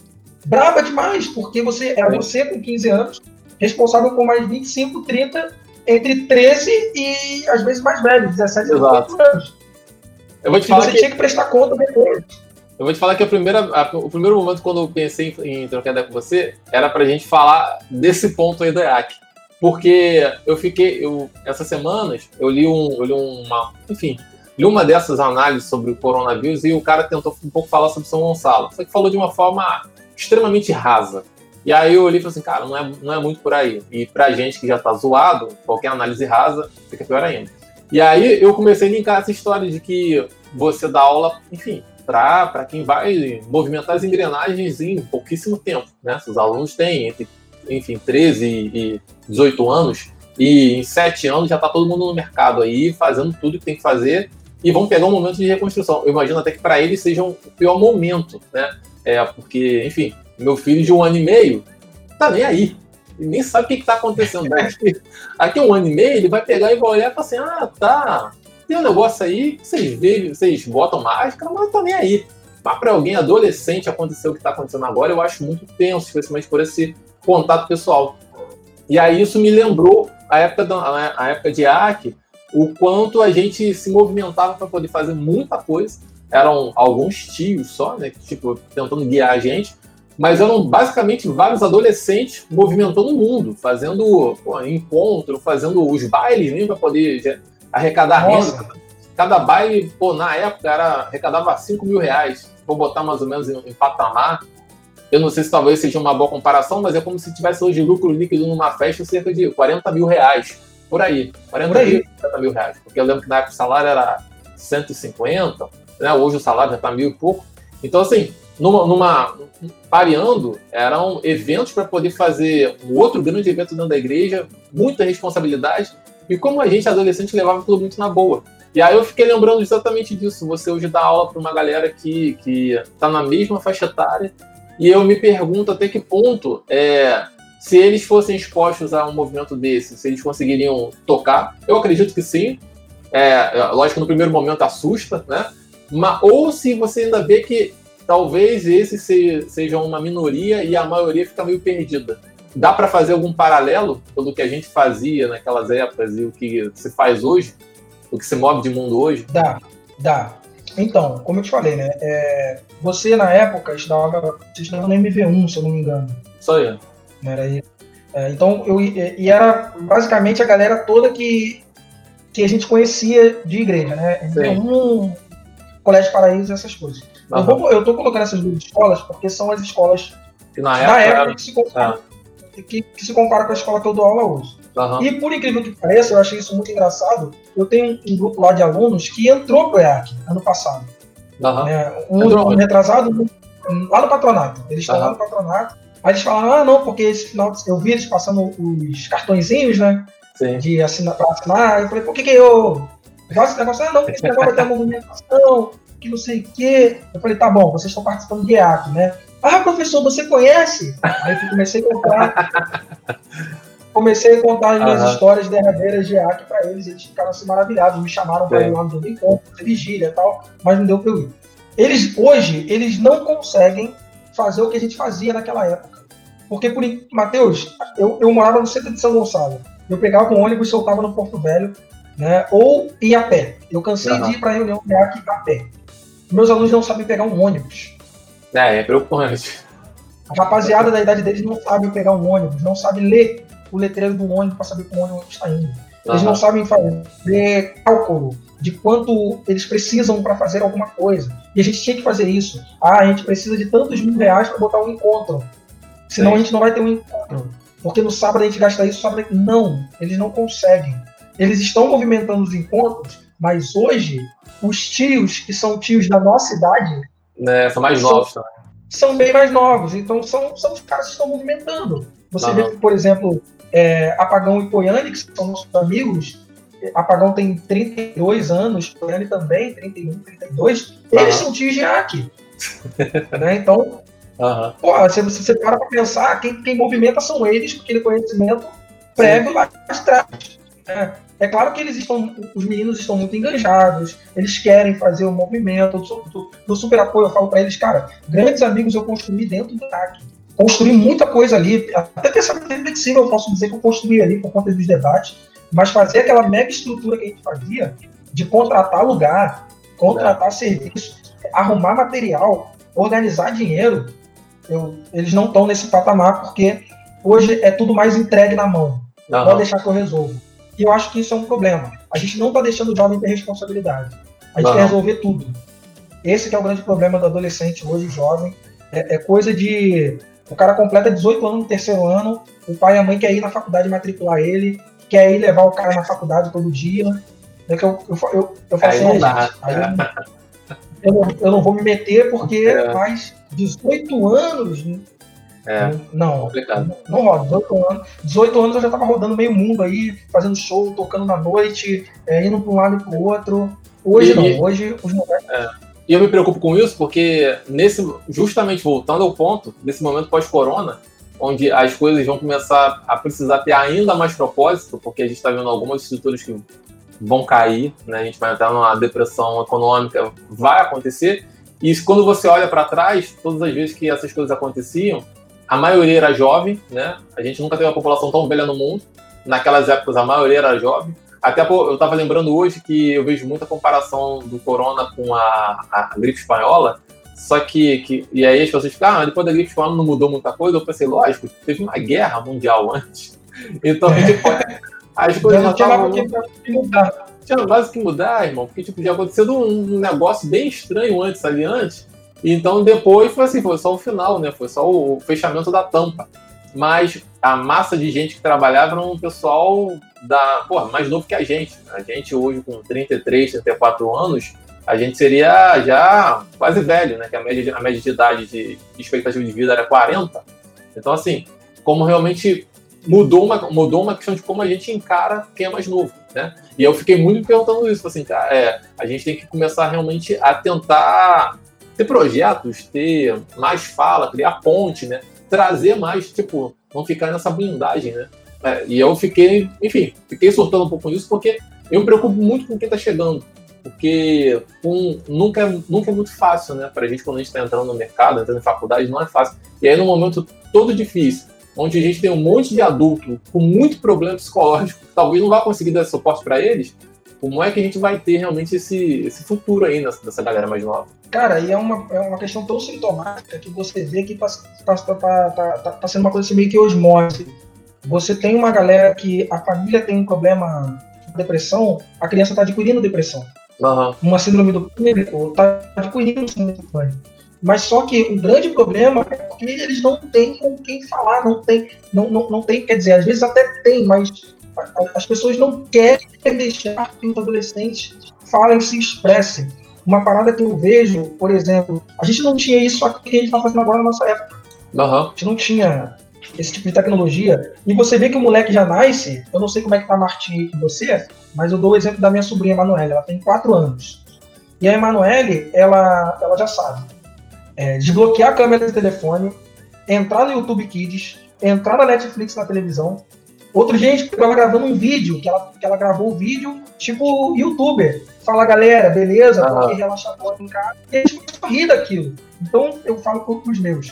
Speaker 3: brava demais, porque você era você com quinze anos, responsável por mais vinte e cinco, trinta, entre treze e, às vezes, mais velhos, dezessete e dezoito anos.
Speaker 2: Eu vou te
Speaker 3: e
Speaker 2: falar
Speaker 3: você
Speaker 2: que...
Speaker 3: tinha que prestar conta depois.
Speaker 2: Eu vou te falar que a primeira, a, o primeiro momento, quando eu pensei em, em trocar ideia com você, era pra gente falar desse ponto aí do E A C. Porque eu fiquei, eu, essas semanas, eu li, um, eu li uma, enfim... li uma dessas análises sobre o coronavírus e o cara tentou um pouco falar sobre São Gonçalo. Só que falou de uma forma extremamente rasa. E aí eu olhei e falei assim, cara, não é, não é muito por aí. E pra gente que já tá zoado, qualquer análise rasa fica pior ainda. E aí eu comecei a linkar essa história de que você dá aula, enfim, pra, pra quem vai movimentar as engrenagens em pouquíssimo tempo, né? Os alunos têm entre, enfim, treze e dezoito anos, e em sete anos já tá todo mundo no mercado aí, fazendo tudo que tem que fazer, e vão pegar um momento de reconstrução. Eu imagino até que para eles seja um pior momento, né? É, porque, enfim, meu filho de um ano e meio tá nem aí. Ele nem sabe o que está acontecendo. Daqui, aqui um ano e meio, ele vai pegar e vai olhar e falar assim, ah, tá, tem um negócio aí que vocês veem, vocês botam máscara, mas não tá nem aí. Mas para alguém adolescente acontecer o que está acontecendo agora, eu acho muito tenso, especialmente por esse contato pessoal. E aí isso me lembrou a época, da, a época de E A C, o quanto a gente se movimentava para poder fazer muita coisa. Eram alguns tios só, né, tipo, tentando guiar a gente, mas eram basicamente vários adolescentes movimentando o mundo, fazendo pô, encontro, fazendo os bailes mesmo para poder arrecadar Nossa. renda. Cada baile, pô, na época, era, arrecadava cinco mil reais. Vou botar mais ou menos em, em patamar. Eu não sei se talvez seja uma boa comparação, mas é como se tivesse hoje lucro líquido numa festa cerca de quarenta mil reais. Por aí. quarenta mil, quarenta mil reais. Porque eu lembro que na época o salário era cento e cinquenta, né? Hoje o salário já está mil e pouco. Então, assim, numa, numa, pareando, eram eventos para poder fazer um outro grande evento dentro da igreja, muita responsabilidade, e como a gente, adolescente, levava tudo muito na boa. E aí eu fiquei lembrando exatamente disso. Você hoje dá aula para uma galera que que está na mesma faixa etária, e eu me pergunto até que ponto, é, se eles fossem expostos a um movimento desse, se eles conseguiriam tocar. Eu acredito que sim. É, lógico que no primeiro momento assusta, né? Mas, ou se você ainda vê que talvez esse se, seja uma minoria e a maioria fica meio perdida. Dá para fazer algum paralelo pelo que a gente fazia naquelas épocas e o que se faz hoje? O que se move de mundo hoje?
Speaker 3: Dá, dá. Então, como eu te falei, né? É, você, na época, estudava, você estudava no M V um, se eu não me engano.
Speaker 2: Só eu.
Speaker 3: Não era isso? É, então, eu, e era basicamente a galera toda que, que a gente conhecia de igreja, né? M V um, Colégio Paraíso, essas coisas. Uhum. Eu, vou, eu tô colocando essas duas escolas porque são as escolas
Speaker 2: que na
Speaker 3: da
Speaker 2: época,
Speaker 3: época
Speaker 2: era...
Speaker 3: que, se compara, é. que, que se compara com a escola que eu dou aula hoje.
Speaker 2: Uhum.
Speaker 3: E por incrível que pareça, eu achei isso muito engraçado. Eu tenho um grupo lá de alunos que entrou pro E A C ano passado.
Speaker 2: Uhum.
Speaker 3: Né? Um, um retrasado lá no patronato. Eles estão uhum. lá no patronato. Aí eles falaram, ah, não, porque esse final eu vi eles passando os cartõezinhos, né? Sim. De assinar, pra assinar. Eu falei, por que que eu faço esse negócio? Ah, não, porque esse negócio vai ter movimentação, que não sei o quê. Eu falei, tá bom, vocês estão participando de E A C, né? Ah, professor, você conhece? Aí eu comecei a contar. Comecei a contar as minhas uhum. histórias derradeiras de E A C para eles, eles ficaram assim maravilhados, me chamaram para ir lá no encontro, vigília e tal, mas não deu para eu ir. Eles, hoje, eles não conseguem fazer o que a gente fazia naquela época. Porque, por Matheus, eu, eu morava no centro de São Gonçalo, eu pegava um ônibus e soltava no Porto Velho, né, ou ia a pé. Eu cansei uhum. de ir para a reunião de E A C a pé. Meus alunos não sabem pegar um ônibus.
Speaker 2: É, é preocupante.
Speaker 3: A rapaziada da idade deles não sabe pegar um ônibus, não sabe ler o letreiro do ônibus para saber como o ônibus está indo. Eles uhum. não sabem fazer cálculo de quanto eles precisam para fazer alguma coisa. E a gente tinha que fazer isso. Ah, a gente precisa de tantos mil reais para botar um encontro. Senão Sim. a gente não vai ter um encontro. Porque no sábado a gente gasta isso, sábado... Não, eles não conseguem. Eles estão movimentando os encontros, mas hoje, os tios, que são tios da nossa idade...
Speaker 2: É, são mais novos também.
Speaker 3: São bem mais novos. Então, são, são os caras que estão movimentando. Você
Speaker 2: uhum.
Speaker 3: vê, por exemplo, é, Apagão e Poiane, que são nossos amigos... Apagão tem trinta e dois anos, Poiane também, trinta e um, trinta e dois. Eles uhum. são tios de Aki. Né? Então, uhum. pô, se você para para pensar, quem, quem movimenta são eles, com aquele conhecimento prévio lá atrás. É, é claro que eles estão, os meninos estão muito engajados, eles querem fazer o movimento. Do, do super apoio, eu falo para eles, cara, grandes amigos eu construí dentro do Aki. Construí muita coisa ali, até pensamento reflexivo eu posso dizer que eu construí ali por conta dos debates. Mas fazer aquela mega estrutura que a gente fazia, de contratar lugar, contratar é. serviço, arrumar material, organizar dinheiro, eu, eles não estão nesse patamar, porque hoje é tudo mais entregue na mão. Uhum. Pode deixar que eu resolvo. E eu acho que isso é um problema. A gente não está deixando o jovem ter responsabilidade. A gente uhum. quer resolver tudo. Esse que é o grande problema do adolescente hoje, jovem. É, é coisa de... O cara completa dezoito anos no terceiro ano, o pai e a mãe querem ir na faculdade matricular ele, quer ir levar o cara na faculdade todo dia. É que eu, eu, eu, eu falo assim,
Speaker 2: dá,
Speaker 3: aí eu, eu, não, eu não vou me meter porque é. faz dezoito anos.
Speaker 2: É.
Speaker 3: Não,
Speaker 2: complicado.
Speaker 3: Não, não roda. dezoito anos. dezoito anos eu já tava rodando meio mundo aí, fazendo show, tocando na noite, é, indo para um lado e pro outro. Hoje e, não, hoje os moleques.
Speaker 2: É. E eu me preocupo com isso porque, nesse, justamente voltando ao ponto, nesse momento pós-corona, onde as coisas vão começar a precisar ter ainda mais propósito, porque a gente está vendo algumas estruturas que vão cair, né? A gente vai entrar numa depressão econômica, vai acontecer, e quando você olha para trás, todas as vezes que essas coisas aconteciam, a maioria era jovem, né? A gente nunca teve uma população tão velha no mundo, naquelas épocas a maioria era jovem, até eu estava lembrando hoje que eu vejo muita comparação do corona com a, a gripe espanhola. Só que, que, e aí as pessoas ficam, ah, depois da gripe espanhola não mudou muita coisa. Eu pensei, lógico, teve uma guerra mundial antes. Então, tipo, as coisas já estavam... Não tinha mais o que mudar, irmão, porque tipo, já aconteceu um negócio bem estranho antes, ali antes. Então, depois foi assim, foi só o final, né? Foi só o fechamento da tampa. Mas a massa de gente que trabalhava era um pessoal da, porra, mais novo que a gente. A gente hoje com trinta e três, trinta e quatro anos... a gente seria já quase velho, né? Que a média, a média de idade de, de expectativa de vida era quarenta. Então, assim, como realmente mudou uma, mudou uma questão de como a gente encara quem é mais novo, né? E eu fiquei muito me perguntando isso, assim, cara, é, a gente tem que começar realmente a tentar ter projetos, ter mais fala, criar ponte, né? Trazer mais, tipo, não ficar nessa blindagem, né? É, e eu fiquei, enfim, fiquei surtando um pouco com isso, porque eu me preocupo muito com quem tá chegando. Porque um, nunca, é, nunca é muito fácil, né? Pra gente, quando a gente tá entrando no mercado, entrando em faculdade, não é fácil. E aí, num momento todo difícil, onde a gente tem um monte de adulto com muito problema psicológico, que talvez não vá conseguir dar suporte para eles, como é que a gente vai ter realmente esse, esse futuro aí nessa, dessa galera mais nova?
Speaker 3: Cara, e é uma, é uma questão tão sintomática que você vê que tá, tá, tá, tá, tá, tá sendo uma coisa assim meio que osmose. Você tem uma galera que a família tem um problema de depressão, a criança está adquirindo depressão. Uhum. Uma síndrome do pânico, está adquirindo síndrome do pânico. Mas só que o grande problema é porque eles não têm com quem falar, não tem, não, não, não tem, quer dizer, às vezes até tem, mas as pessoas não querem deixar que os adolescentes falem, se expressem. Uma parada que eu vejo, por exemplo, a gente não tinha isso aqui que a gente está fazendo agora na nossa época.
Speaker 2: Uhum.
Speaker 3: A gente não tinha esse tipo de tecnologia. E você vê que o moleque já nasce, eu não sei como é que tá a Martinha com você, mas eu dou o exemplo da minha sobrinha Emanuele, ela tem quatro anos. E a Emanuele, ela, ela já sabe é, desbloquear a câmera do telefone, entrar no YouTube Kids, entrar na Netflix na televisão. Outro dia a gente pegou ela gravando um vídeo, que ela, que ela gravou o vídeo tipo youtuber. Fala, galera, beleza? Uhum. Porque relaxar a porta em casa. E a gente começou a rir daquilo. Então eu falo para os meus,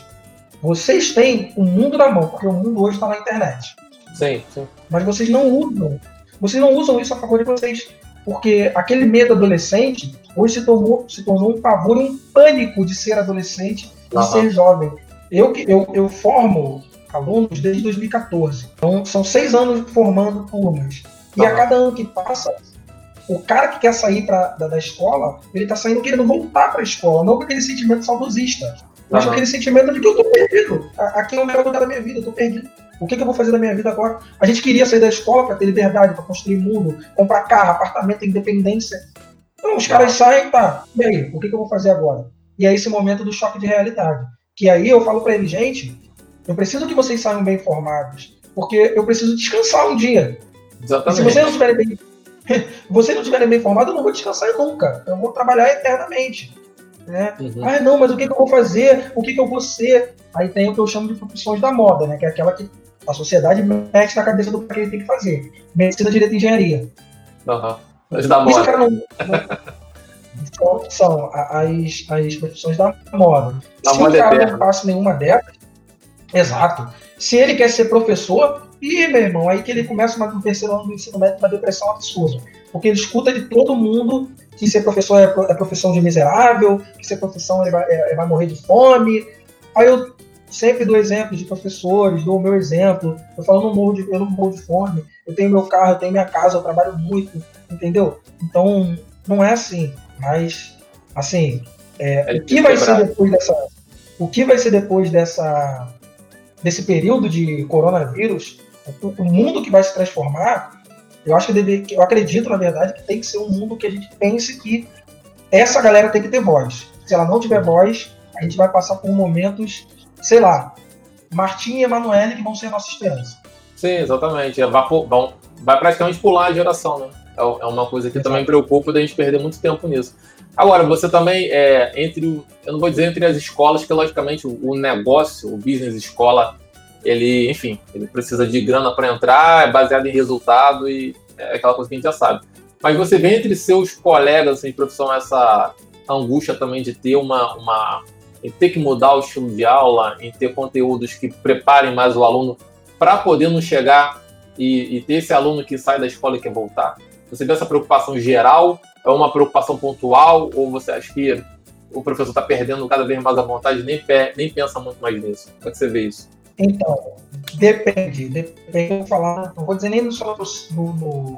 Speaker 3: vocês têm o mundo na mão, porque o mundo hoje está na internet.
Speaker 2: Sim, sim.
Speaker 3: Mas vocês não usam. Vocês não usam isso a favor de vocês. Porque aquele medo adolescente hoje se tornou, se tornou um pavor, um pânico de ser adolescente e uhum. ser jovem. Eu, eu, eu formo alunos desde dois mil e quatorze. Então, são seis anos formando turmas. E uhum. a cada ano que passa, o cara que quer sair pra, da, da escola, ele tá saindo querendo voltar para a escola, não com aquele sentimento saudosista, mas uhum. com aquele sentimento de que eu tô perdido. Aqui é o melhor lugar da minha vida, eu tô perdido. O que, que eu vou fazer da minha vida agora? A gente queria sair da escola para ter liberdade, para construir mundo, comprar carro, apartamento, independência. Então os caras saem, tá, e aí, o que, que eu vou fazer agora? E é esse momento do choque de realidade. Que aí eu falo para eles, gente, eu preciso que vocês saiam bem informados, porque eu preciso descansar um dia.
Speaker 2: Exatamente.
Speaker 3: E se vocês não estiverem bem, vocês não estiverem bem informados, eu não vou descansar nunca. Eu vou trabalhar eternamente. Né? Uhum. Ah, não, mas o que, que eu vou fazer? O que, que eu vou ser? Aí tem o que eu chamo de profissões da moda, né? Que é aquela que a sociedade mete na cabeça do que ele tem que fazer. Medicina, direito e engenharia.
Speaker 2: Aham. Uhum. Da moda.
Speaker 3: Isso, não, não, são as, as profissões da moda.
Speaker 2: Da
Speaker 3: Se
Speaker 2: moda
Speaker 3: o cara
Speaker 2: eterna.
Speaker 3: não passa nenhuma delas, exato. Se ele quer ser professor, ih, meu irmão, aí que ele começa no terceiro ano do ensino médio uma depressão absurda. Porque ele escuta de todo mundo que ser professor é, é profissão de miserável, que ser profissão ele vai, é, vai morrer de fome. Aí eu sempre dou exemplos de professores, dou o meu exemplo. Eu falo, eu não morro de, eu não morro de fome, eu tenho meu carro, eu tenho minha casa, eu trabalho muito, entendeu? Então, não é assim. Mas, assim, é, o que vai ser depois dessa... O que vai ser depois dessa, desse período de coronavírus, o mundo que vai se transformar, eu acho que deve, eu acredito, na verdade, que tem que ser um mundo que a gente pense que essa galera tem que ter voz. Se ela não tiver voz, a gente vai passar por momentos, sei lá, Martim e Emanuele que vão ser a nossa esperança.
Speaker 2: Sim, exatamente. Vai, vai, vai praticamente pular a geração, né? É uma coisa que Exato. Também preocupa da gente perder muito tempo nisso. Agora, você também, é, entre, eu não vou dizer entre as escolas, que logicamente o, o negócio, o business escola, ele, enfim, ele precisa de grana para entrar, é baseado em resultado e é aquela coisa que a gente já sabe. Mas você vê entre seus colegas assim, de profissão essa angústia também de ter uma, uma, em ter que mudar o estilo de aula, em ter conteúdos que preparem mais o aluno para poder não chegar e, e ter esse aluno que sai da escola e quer voltar. Você vê essa preocupação geral? É uma preocupação pontual? Ou você acha que o professor está perdendo cada vez mais a vontade e nem, nem pensa muito mais nisso? Como é que você vê isso?
Speaker 3: Então, depende. Depende, eu falar, não vou dizer nem só no, no,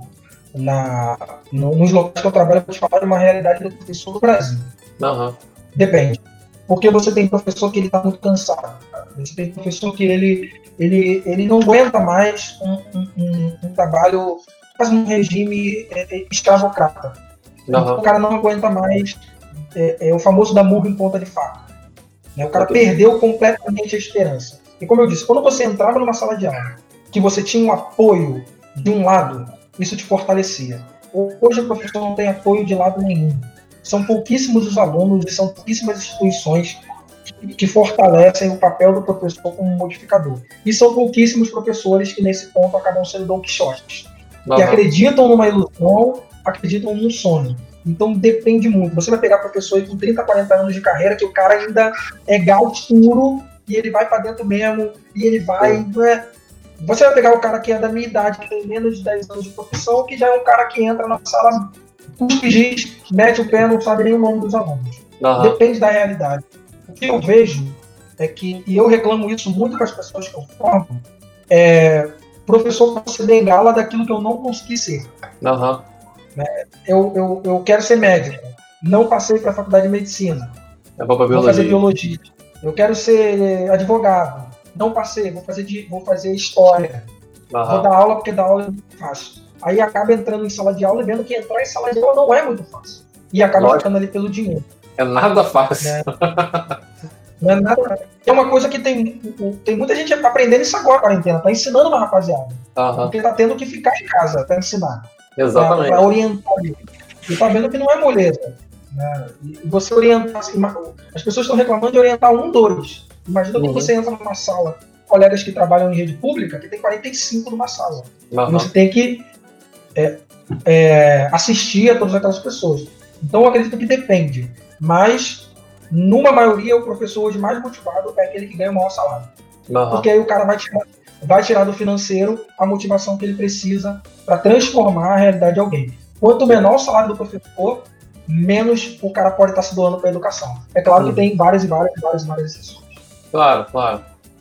Speaker 3: na, no, nos locais que eu trabalho, eu vou te falar de uma realidade do professor do Brasil.
Speaker 2: Uhum.
Speaker 3: Depende. Porque você tem professor que ele está muito cansado. Você tem professor que ele, ele, ele não aguenta mais um, um, um, um trabalho, quase um regime é, é, escravocrata. Uhum. Então, o cara não aguenta mais é, é, o famoso da murro em ponta de faca. Né? O cara okay. perdeu completamente a esperança. E como eu disse, quando você entrava numa sala de aula, que você tinha um apoio de um lado, isso te fortalecia. Hoje o professor não tem apoio de lado nenhum. São pouquíssimos os alunos e são pouquíssimas instituições que, que fortalecem o papel do professor como modificador. E são pouquíssimos professores que nesse ponto acabam sendo Don Quixotes. Uhum. Que acreditam numa ilusão, acreditam num sonho. Então depende muito. Você vai pegar professor com trinta, quarenta anos de carreira, que o cara ainda é gaúcho puro, e ele vai para dentro mesmo, e ele vai... Né? Você vai pegar o cara que é da minha idade, que tem menos de dez anos de profissão, que já é um cara que entra na sala, cuspe giz, mete o pé, não sabe nem o nome dos alunos. Uhum. Depende da realidade. O que eu vejo é que, e eu reclamo isso muito com as pessoas que eu formo, é professor pode ser bengala daquilo que eu não consegui ser.
Speaker 2: Uhum.
Speaker 3: Eu, eu, eu quero ser médico, não passei para a faculdade de medicina,
Speaker 2: é vou
Speaker 3: biologia. fazer biologia. Eu quero ser advogado, não passei, vou fazer, de, vou fazer história. Uhum. Vou dar aula porque dar aula é muito fácil. Aí acaba entrando em sala de aula e vendo que entrar em sala de aula não é muito fácil. E acaba Lógico. ficando ali pelo dinheiro.
Speaker 2: É nada fácil.
Speaker 3: É, não é nada. É uma coisa que tem, tem muita gente aprendendo isso agora, quarentena. Tá ensinando uma rapaziada. Uhum. Porque tá tendo que ficar em casa para ensinar.
Speaker 2: Exatamente.
Speaker 3: Para orientar. E tá vendo que não é moleza. Né? E você orientar. Assim, as pessoas estão reclamando de orientar um, dois. Imagina uhum. quando você entra numa sala, colegas que trabalham em rede pública, que tem quarenta e cinco numa sala. Uhum. E você tem que é, é, assistir a todas aquelas pessoas. Então eu acredito que depende. Mas, numa maioria, o professor hoje mais motivado é aquele que ganha o maior salário. Uhum. Porque aí o cara vai tirar, vai tirar do financeiro a motivação que ele precisa para transformar a realidade de alguém. Quanto menor o salário do professor, menos o cara pode estar se doando para a educação. É claro uhum. que tem várias e várias e várias, várias exceções.
Speaker 2: Claro, claro.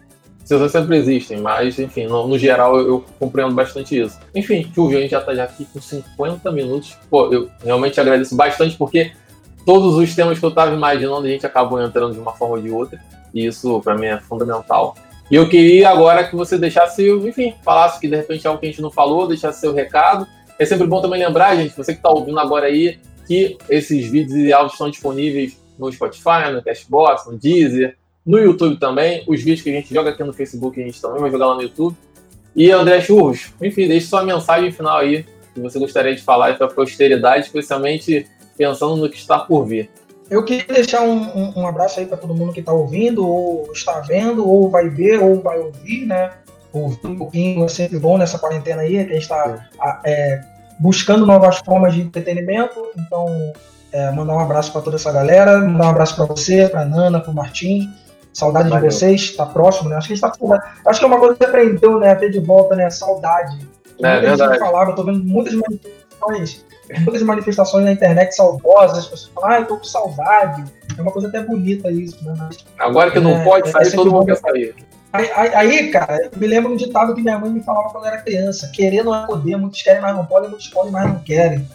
Speaker 2: Exceções sempre existem, mas, enfim, no, no geral eu, eu compreendo bastante isso. Enfim, Silvio, a gente já está já aqui com cinquenta minutos. Pô, eu realmente agradeço bastante, porque todos os temas que eu estava imaginando a gente acabou entrando de uma forma ou de outra, e isso para mim é fundamental. E eu queria agora que você deixasse, enfim, falasse que de repente é algo que a gente não falou, deixasse seu recado. É sempre bom também lembrar, gente, você que está ouvindo agora aí, que esses vídeos e áudios estão disponíveis no Spotify, no Castbox, no Deezer, no YouTube também. Os vídeos que a gente joga aqui no Facebook, a gente também vai jogar lá no YouTube. E André Churros, enfim, deixe sua mensagem final aí, que você gostaria de falar para a posteridade, especialmente pensando no que está por vir.
Speaker 3: Eu queria deixar um, um, um abraço aí para todo mundo que está ouvindo, ou está vendo, ou vai ver, ou vai ouvir, né? Ouvir um pouquinho é sempre bom nessa quarentena aí, que a gente está é, buscando novas formas de entretenimento. Então, é, mandar um abraço para toda essa galera, mandar um abraço para você, para a Nana, para o Martim. Saudade Valeu. de vocês, está próximo, né? Acho que a gente tá, acho que é uma coisa que aprendeu, né? A ter de volta, né? Saudade.
Speaker 2: É,
Speaker 3: muita gente falava, eu tô vendo muitas manifestações, muitas manifestações na internet saudosas, as pessoas falam, ah, eu tô com saudade. É uma coisa até bonita isso, né? Mas,
Speaker 2: agora que não
Speaker 3: é,
Speaker 2: pode sair, é todo mundo quer sair.
Speaker 3: Aí, aí, aí, cara, eu me lembro um ditado que minha mãe me falava quando eu era criança: querer não é poder, muitos querem, mas não podem, muitos podem, mas não querem.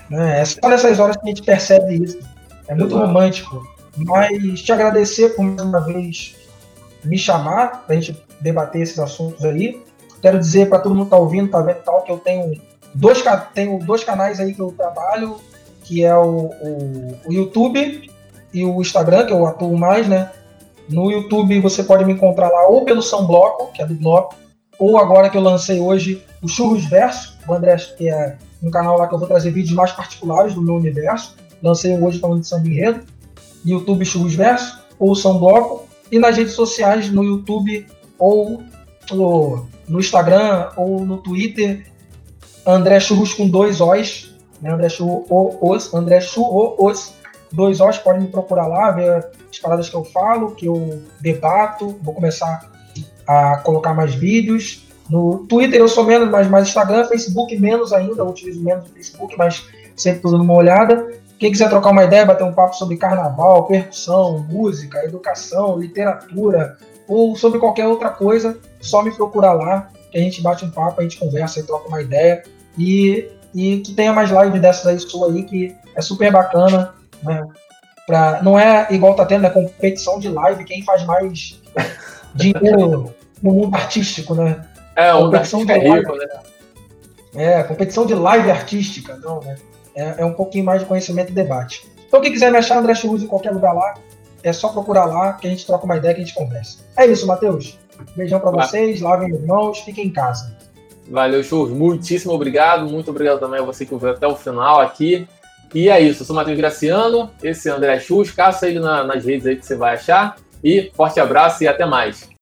Speaker 3: É só nessas horas que a gente percebe isso. É muito Exato. romântico. Mas te agradecer por mais uma vez me chamar para a gente debater esses assuntos aí. Quero dizer para todo mundo que está ouvindo, tá vendo tal, que eu tenho dois, tenho dois canais aí que eu trabalho, que é o, o, o YouTube e o Instagram, que eu atuo mais, né? No YouTube você pode me encontrar lá ou pelo São Bloco, que é do Bloco, ou agora que eu lancei hoje o Churros Verso, o André, que é um canal lá que eu vou trazer vídeos mais particulares do meu universo. Lancei hoje falando de samba enredo. YouTube Churros Verso ou São Bloco, e nas redes sociais, no YouTube ou no, no Instagram ou no Twitter, André Churros com dois Os, né? André Churros, André Churros, dois Os, podem me procurar lá, ver as paradas que eu falo, que eu debato, vou começar a colocar mais vídeos. No Twitter eu sou menos, mas mais Instagram, Facebook menos ainda, eu utilizo menos o Facebook, mas sempre estou dando uma olhada. Quem quiser trocar uma ideia, bater um papo sobre carnaval, percussão, música, educação, literatura ou sobre qualquer outra coisa, só me procurar lá, que a gente bate um papo, a gente conversa e troca uma ideia. E, e que tenha mais live dessas aí sua aí, que é super bacana, né? Pra, não é igual tá tendo, é competição de live, quem faz mais dinheiro no mundo artístico, né?
Speaker 2: É, o competição de live, rico, né?
Speaker 3: É, competição de live artística, não, né? É, é um pouquinho mais de conhecimento e debate. Então, quem quiser me achar André Churros em qualquer lugar lá, é só procurar lá, que a gente troca uma ideia, que a gente conversa. É isso, Matheus. Beijão pra vocês, lavem as mãos, fiquem em casa.
Speaker 2: Valeu, Churros. Muitíssimo obrigado. Muito obrigado também a você que ouviu até o final aqui. E é isso. Eu sou o Matheus Graciano, esse é o André Churros. Caça ele na, nas redes aí que você vai achar. E forte abraço e até mais.